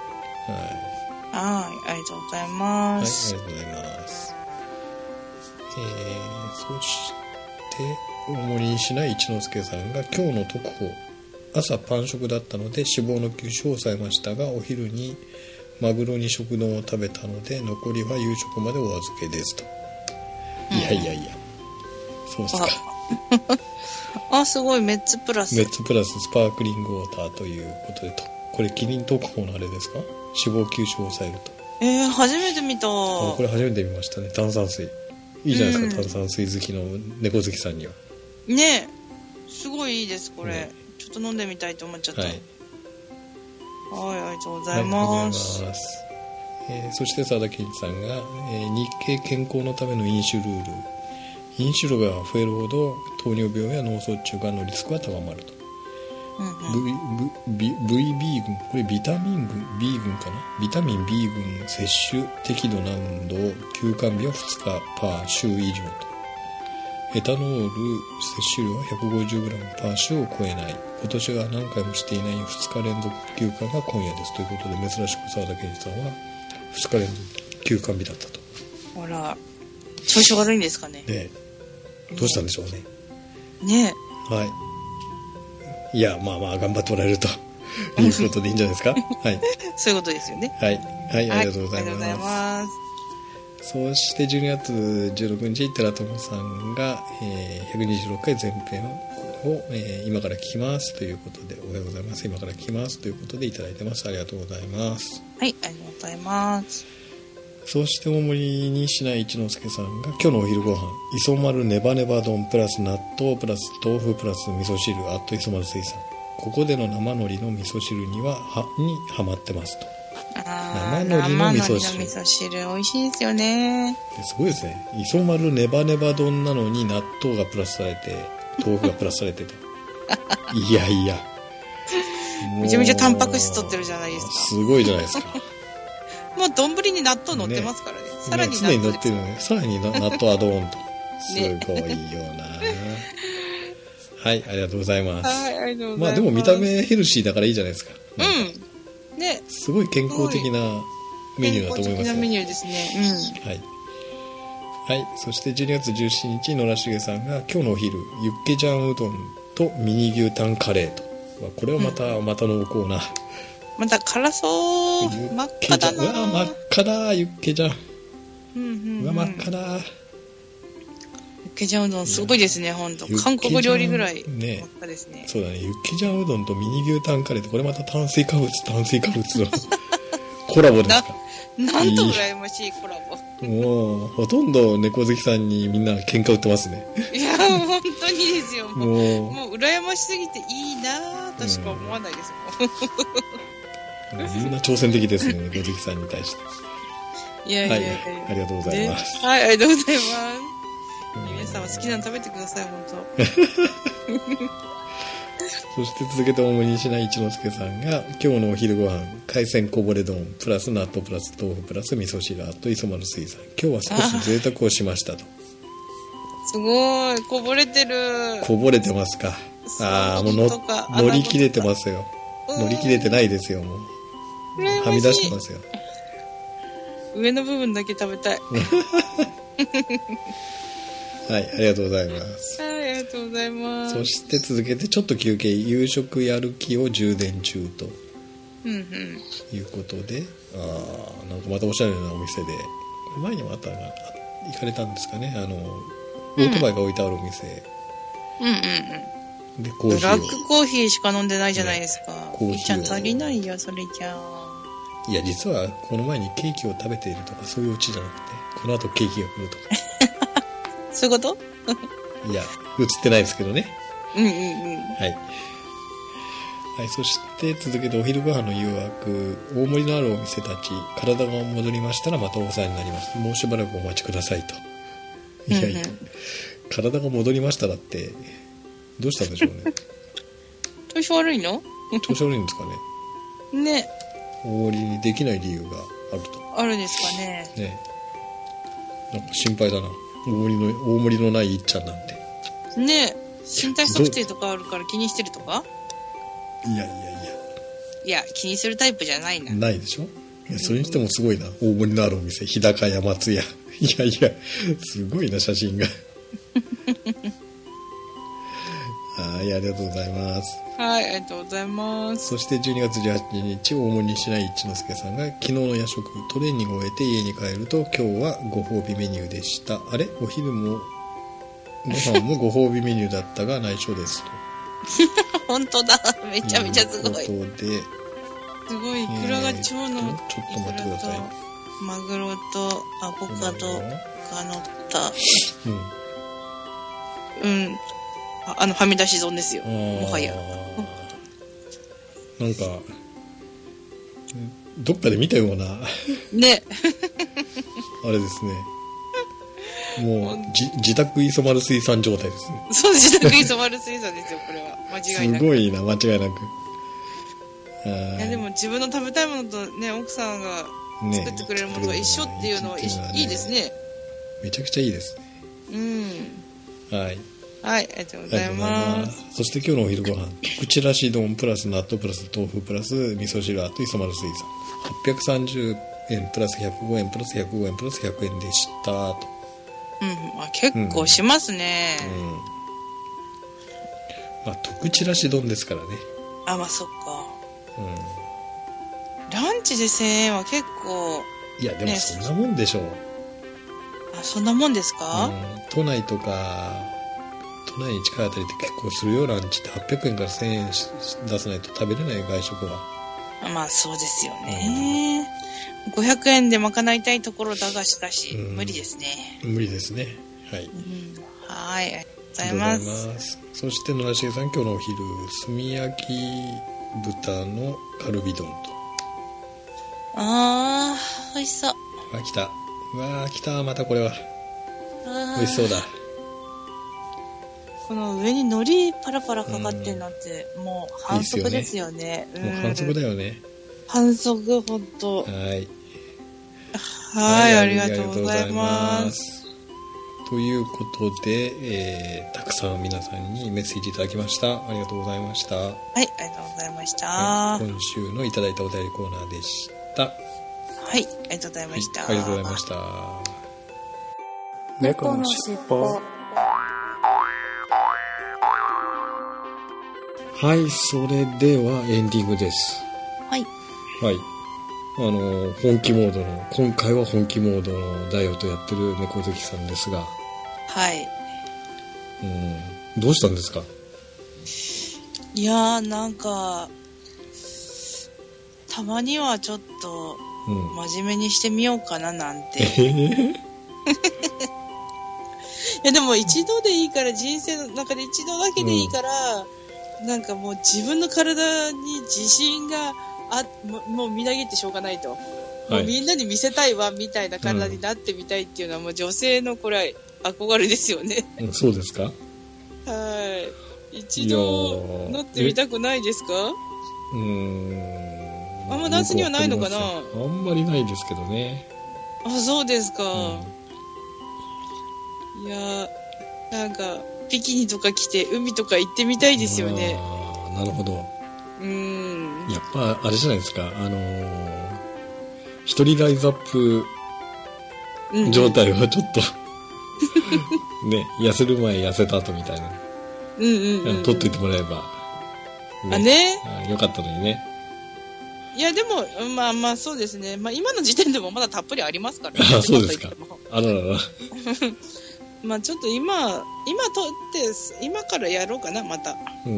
Speaker 2: ありがとうございます。
Speaker 1: はい、ありがとうございます。えー、そして大森西内一之輔さんが今日の特報、朝パン食だったので脂肪の吸収を抑えましたが、お昼にマグロに食丼を食べたので残りは夕食までお預けですと、うん、いやいやいや、そうですか。
Speaker 2: あ、すごい。メッツプラス
Speaker 1: メッツプラススパークリングウォーターということで、これキリン特報のあれですか。脂肪吸収を抑えると。
Speaker 2: えー、初めて見た。
Speaker 1: これ初めて見ましたね。炭酸水いいじゃないですか、うん、炭酸水好きの猫好きさんには
Speaker 2: ねすごいいいですこれ、ね、ちょっと飲んでみたいと思っちゃった。はい、はい、ありがとうございます。はい、
Speaker 1: えー、そして佐田健一さんが、えー、日経健康のための飲酒ルール。飲酒量が増えるほど糖尿病や脳卒中がんのリスクが高まると。うんうん、v, v, VB 群、これビタミン群 B 群かな、ビタミン B 群摂取適度難度休肝日はふつかパー週以上と。エタノール摂取量は ひゃくごじゅうグラム パー週を超えない。今年が何回もしていないふつか連続休肝が今夜ですということで、珍しく澤田健一さんはふつか連続休肝日だったと。
Speaker 2: ほら調子悪いんですかね。
Speaker 1: ね、どうしたんでしょうね。
Speaker 2: ね
Speaker 1: え、はい、いやまあまあ頑張ってもらえるということでいいんじゃないですか。はい、
Speaker 2: そういうことですよね。
Speaker 1: はい、はい、ありがとうございます。はい、ありがとうございます。そしてじゅうにがつじゅうろくにち寺友さんが、えー、ひゃくにじゅうろっかい前編を、えー、今から聞きますということで、おはようございます、今から聞きますということでいただいてます。ありがとうございます。
Speaker 2: はい、ありがとうございます。
Speaker 1: そして大森にしない一之輔さんが、今日のお昼ご飯磯丸ネバネバ丼プラス納豆プラス豆腐プラス味噌汁あっと磯丸水産、ここでの生海苔の味噌汁にははにハマってますと。
Speaker 2: あ、生海苔の味噌汁、生海苔の味噌汁美味しいですよね。
Speaker 1: すごいですね。磯丸ネバネバ丼なのに納豆がプラスされて豆腐がプラスされてといやいや、
Speaker 2: めちゃめちゃタンパク質取ってるじゃないですか。
Speaker 1: すごいじゃないですか。
Speaker 2: もう丼に納豆乗ってますからね。ね、さらに納豆、
Speaker 1: ね、常に乗ってるのね。さらに納豆アドオンと。すごいよな。はい、ありがとうございます。
Speaker 2: はい、ありがとうございます。
Speaker 1: まあでも見た目ヘルシーだからいいじゃないですか。
Speaker 2: うん。ね。
Speaker 1: すごい健康的なメニューだと思いますよ。健康的な
Speaker 2: メニューですね。
Speaker 1: うん。はい。はい。そしてじゅうにがつじゅうしちにち、野良重さんが今日のお昼、ユッケジャンうどんとミニ牛タンカレーと。これはまた、うん、また濃厚な。
Speaker 2: また辛そう。真っ赤だな。うわ、
Speaker 1: 真っ赤だ、ユッケジャン。うんうんうん、うわ、真っ赤だ。ユッ
Speaker 2: ケジャンうどんすごいですね、ほんと。韓国料理ぐらい真っ赤ですね。
Speaker 1: そうだね、ユッケジャンうどんとミニ牛タンカレーって、これまた炭水化物、炭水化物のコラボですか。
Speaker 2: な, なんと羨ましいコラボ。
Speaker 1: もう、ほとんど猫好きさんにみんな喧嘩売ってますね。
Speaker 2: いや、本当にですよ。もう、もう羨ましすぎていいなとしか思わないですもん。
Speaker 1: みんな挑戦的ですね、猫好きさんに対して。
Speaker 2: いやいやいや、はい、
Speaker 1: ありがとうございます。
Speaker 2: はい、ありがとうございます。皆さんは好きなの食べてください、本当。
Speaker 1: そして続けて大盛りにしない一之輔さんが、今日のお昼ご飯海鮮こぼれ丼プラス納豆プラス豆腐プラス味噌汁あと磯丸水産、今日は少し贅沢をしましたと。
Speaker 2: すごい、こぼれてる。
Speaker 1: こぼれてますか。ああ、もうの乗り切れてますよ。乗り切れてないですよ、もう。はみ出してますよ。
Speaker 2: 上の部分だけ食べたい。
Speaker 1: はい、ありがとうございます。
Speaker 2: はい、ありがとうございます。
Speaker 1: そして続けてちょっと休憩、夕食やる気を充電中と、うんうん、いうことで、ああ、なんかまたおしゃれなお店で、これ前にもあったが行かれたんですかね、あのオートバイが置いてあるお店、
Speaker 2: うんうんうん、
Speaker 1: でコーヒーを、
Speaker 2: ブラックコーヒーしか飲んでないじゃないですか。ね、コーヒーちゃん足りないよ、それじゃあ。
Speaker 1: いや、実はこの前にケーキを食べているとかそういうオチじゃなくて、この後ケーキが来るとか。
Speaker 2: そういうこと？
Speaker 1: いや、映ってないですけどね。
Speaker 2: うんうんうん。
Speaker 1: はい。はい、そして続けてお昼ご飯の誘惑、大盛りのあるお店たち、体が戻りましたらまたお世話になります。もうしばらくお待ちくださいと。いやいや、うんうん、体が戻りましたらって、どうしたんでしょうね。
Speaker 2: 調子悪いの？
Speaker 1: 調子悪いんですかね。
Speaker 2: ね。
Speaker 1: 大盛りにできない理由があると。
Speaker 2: あるんですかね。
Speaker 1: ね。なんか心配だな。大盛りの、大盛りのないいっちゃんなんて。
Speaker 2: ねえ、身体測定とかあるから気にしてるとか？
Speaker 1: いやいやいや。
Speaker 2: いや、気にするタイプじゃないな。
Speaker 1: ないでしょ？いや、それにしてもすごいな。大盛りのあるお店、日高屋松屋。いやいや、すごいな、写真が。はい、ありがとうございます。
Speaker 2: はい、ありがとうございます。
Speaker 1: そしてじゅうにがつじゅうはちにち、大盛りにしない一之輔さんが、昨日の夜食、トレーニングを終えて家に帰ると、今日はご褒美メニューでした。あれ？お昼も、ご飯もご褒美メニューだったが内緒ですと。
Speaker 2: 本当だ。めちゃめちゃすごい。
Speaker 1: ということで、
Speaker 2: すごい、イクラが超の、
Speaker 1: えー、ちょっと待ってください。
Speaker 2: マグロとアボカドが乗った。うん。うん。 あ, あのはみ出し丼ですよ、もはや。
Speaker 1: なんかどっかで見たような
Speaker 2: ね
Speaker 1: あれですね。もうじ自宅磯丸水産状態ですね。
Speaker 2: そう、自宅磯丸水産ですよ、これは間違いなく。
Speaker 1: すごいな、間違いなく。
Speaker 2: いやでも自分の食べたいものとね、奥さんが作ってくれるものが一緒っていうのは、ね、いいですね。
Speaker 1: めちゃくちゃいいですね。
Speaker 2: うん。
Speaker 1: はい。
Speaker 2: はい、ありがとうございます。
Speaker 1: そして今日のお昼ご飯、特ちらし丼プラス納豆プラス豆腐プラス味噌汁あと磯丸水産。はっぴゃくさんじゅうえんプラスひゃくごえんプラスひゃくごえんプラスひゃくえんでしたと。
Speaker 2: うん、あ、結構しますね。うん。うん、
Speaker 1: まあ特ちらし丼ですからね。
Speaker 2: あ、まあそっか。うん。ランチでせんえんは結構。
Speaker 1: いやでもそんなもんでしょう。ね、
Speaker 2: あ、そんなもんですか？うん、
Speaker 1: 都内とか都内に近いあたりって結構するよ。ランチってはっぴゃくえんからせんえん出さないと食べれない外食は。
Speaker 2: まあそうですよね。うん、ごひゃくえんで賄いたいところだがしかし、うん、無理ですね。
Speaker 1: 無理ですね。はい。うん、
Speaker 2: はい、ありがとうございます。
Speaker 1: ます。そして野良重さん、今日のお昼炭焼き豚のカルビ丼と。
Speaker 2: あー、美味しそう。
Speaker 1: あ、来た。うわー、来た。またこれは美味しそうだ。
Speaker 2: この上に海苔パラパラかかってるなんて、うん、もう反則ですよね。
Speaker 1: いいっすよね。もう反則だよね。
Speaker 2: 反則、ほんと。
Speaker 1: はい。
Speaker 2: はい、ありがとうございます。
Speaker 1: ということで、えー、たくさん皆さんにメッセージいただきました。ありがとうございました。はい、
Speaker 2: ありがとうございました。
Speaker 1: はい、今週のいただいたお便りコーナーでした。
Speaker 2: はい、ありがとうございました。
Speaker 1: はい、ありがとうございました。
Speaker 3: 猫のしっぽ。
Speaker 1: はい、それではエンディングです。
Speaker 2: はい。
Speaker 1: はい。あの、本気モードの、今回は本気モードのダイオとやってる猫好きさんですが。
Speaker 2: はい。
Speaker 1: うん、どうしたんですか？
Speaker 2: いやー、なんか、たまにはちょっと、真面目にしてみようかななんて。えー、いや、でも一度でいいから、人生の中で一度だけでいいから、うん、なんかもう自分の体に自信があ、も, もうみなぎってしょうがないと、はい、もうみんなに見せたいわみたいな体になってみたいっていうのは、もう女性のこれは憧れですよね。
Speaker 1: うん、そうですか？
Speaker 2: はい。一度乗ってみたくないですか？
Speaker 1: うーん。
Speaker 2: あんまダンスにはないのかな？
Speaker 1: あんまりないですけどね。
Speaker 2: あ、そうですか。うん、いや、なんかビキニとか着て海とか行ってみたいですよね。
Speaker 1: ああ、なるほど。
Speaker 2: うーん。
Speaker 1: やっぱあれじゃないですか。あのー、一人ライズアップ状態はちょっと、うん、ね、痩せる前痩せた後みたいな。
Speaker 2: うんうんうん、うん。
Speaker 1: 撮っといてもらえば、
Speaker 2: ね。あね。
Speaker 1: あ、よかったのにね。
Speaker 2: いやでもまあまあそうですね。まあ今の時点でもまだたっぷりありますからね。
Speaker 1: あ、そうですか。あららら。
Speaker 2: まあちょっと今今撮って今からやろうかなまた。うん。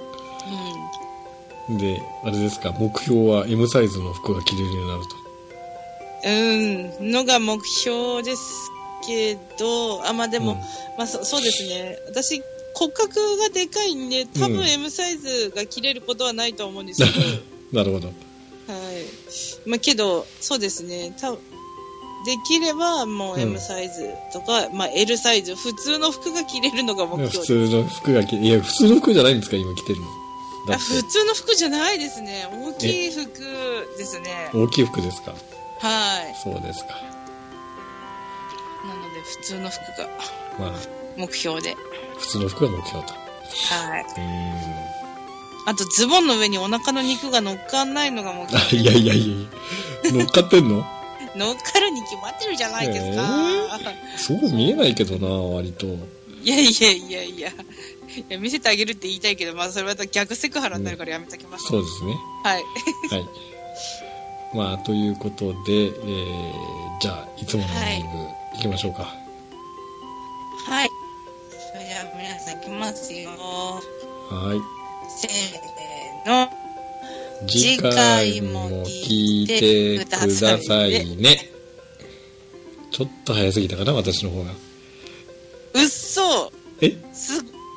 Speaker 1: うん。であれですか、目標は エム サイズの服が着れるようになると。
Speaker 2: うんのが目標ですけど、あまあでも、うん、まあそそうですね。私骨格がでかいんで多分 エム サイズが着れることはないと思うんですけど。
Speaker 1: なるほど。はい。
Speaker 2: まあけどそうですね。たできればもう エム サイズとか、うん、まあ エル サイズ普通の服が着れるのが目標です。
Speaker 1: 普通の服が着いや普通の服じゃないんですか今着てるの。
Speaker 2: あ、普通の服じゃないですね。大きい服ですね。
Speaker 1: 大きい服ですか。
Speaker 2: はい。
Speaker 1: そうですか。
Speaker 2: なので普通の服が目標で。ま
Speaker 1: あ、普通の服が目標と。
Speaker 2: はい。うーん。あとズボンの上にお腹の肉が乗っかんないのが目標。
Speaker 1: いやいやいや乗っかってんの？
Speaker 2: 乗っかるに決まってるじゃないですか。
Speaker 1: えー、そう見えないけどな割と。
Speaker 2: いやいやいやいや。いや見せてあげるって言いたいけど、まあそれは逆セクハラになるからやめときます、
Speaker 1: ね。そうですね。
Speaker 2: はい。
Speaker 1: はい。まあということで、えー、じゃあいつものエンディングいきましょうか。
Speaker 2: はい。それじゃあ皆さんいきますよ。
Speaker 1: はい。
Speaker 2: せーの。次回も聞いてくださいね。
Speaker 1: ちょっと早すぎたかな私の方が。
Speaker 2: うっそ。
Speaker 1: え？
Speaker 2: すっごい遅か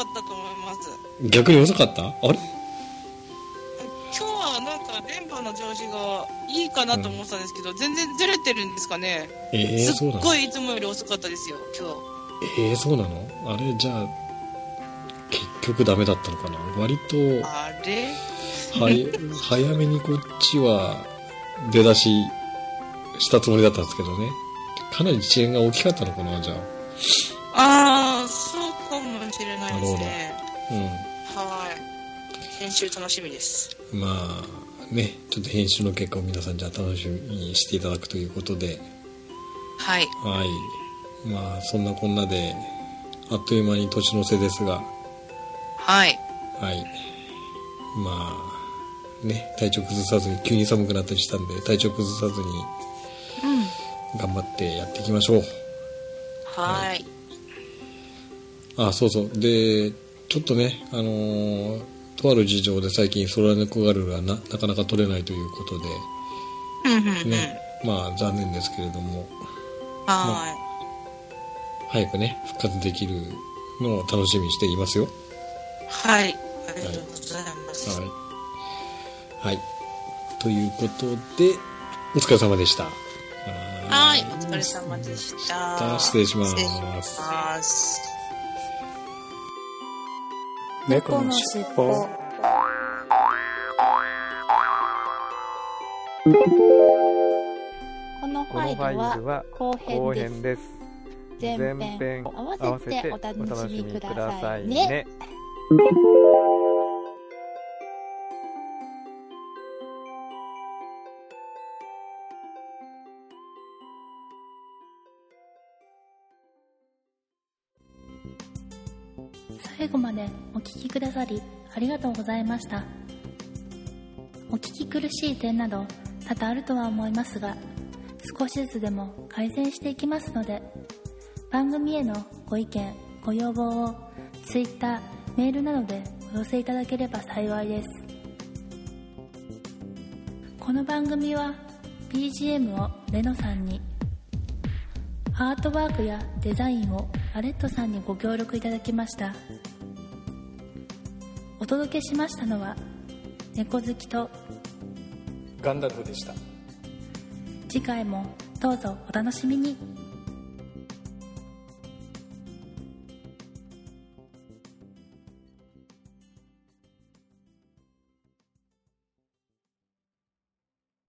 Speaker 2: ったと思います。
Speaker 1: 逆に遅かった？あれ？今
Speaker 2: 日はなんか電波の調子がいいかなと思ってたんですけど、うん、全然ずれてるんですかね。
Speaker 1: えー、
Speaker 2: すっごいいつもより遅かったですよ今
Speaker 1: 日。えー、そうなの？あれじゃあ結局ダメだったのかな。割と
Speaker 2: あれ
Speaker 1: はい早めにこっちは出だししたつもりだったんですけどね。かなり遅延が大きかったのかな。じゃ
Speaker 2: ああー、そうかもしれないですね。
Speaker 1: うん、
Speaker 2: はい。編集楽しみです。
Speaker 1: まあね、ちょっと編集の結果を皆さんじゃあ楽しみにしていただくということで、
Speaker 2: はい。
Speaker 1: はい。まあそんなこんなであっという間に年の瀬ですが、
Speaker 2: はい。
Speaker 1: はい。まあね、体調崩さずに、急に寒くなったりしたんで体調崩さずに。頑張ってやっていきましょう。
Speaker 2: はい。
Speaker 1: あ、そうそう。で、ちょっとね、あのー、とある事情で最近ソラネコガルが な, なかなか取れないということで、ね、まあ残念ですけれども、
Speaker 2: はい、
Speaker 1: まあ、早くね復活できるのを楽しみにしていますよ。
Speaker 2: はい。ありがとうございます。
Speaker 1: はい。はい。ということで、お疲れ様でした。
Speaker 2: はい、お疲れ様でした。
Speaker 1: 失礼します。
Speaker 2: 失礼します。
Speaker 1: 猫のしっぽ。
Speaker 4: このファイルは後編です。前編合わせてお楽しみくださいね。
Speaker 5: 最後までお聞きくださりありがとうございました。お聞き苦しい点など多々あるとは思いますが、少しずつでも改善していきますので、番組へのご意見ご要望を Twitter、メールなどでお寄せいただければ幸いです。この番組は ビージーエム をレノさんに、アートワークやデザインをアレットさんにご協力いただきました。お届けしましたのは猫好きと
Speaker 1: ガンダルフでした。
Speaker 5: 次回もどうぞお楽しみに。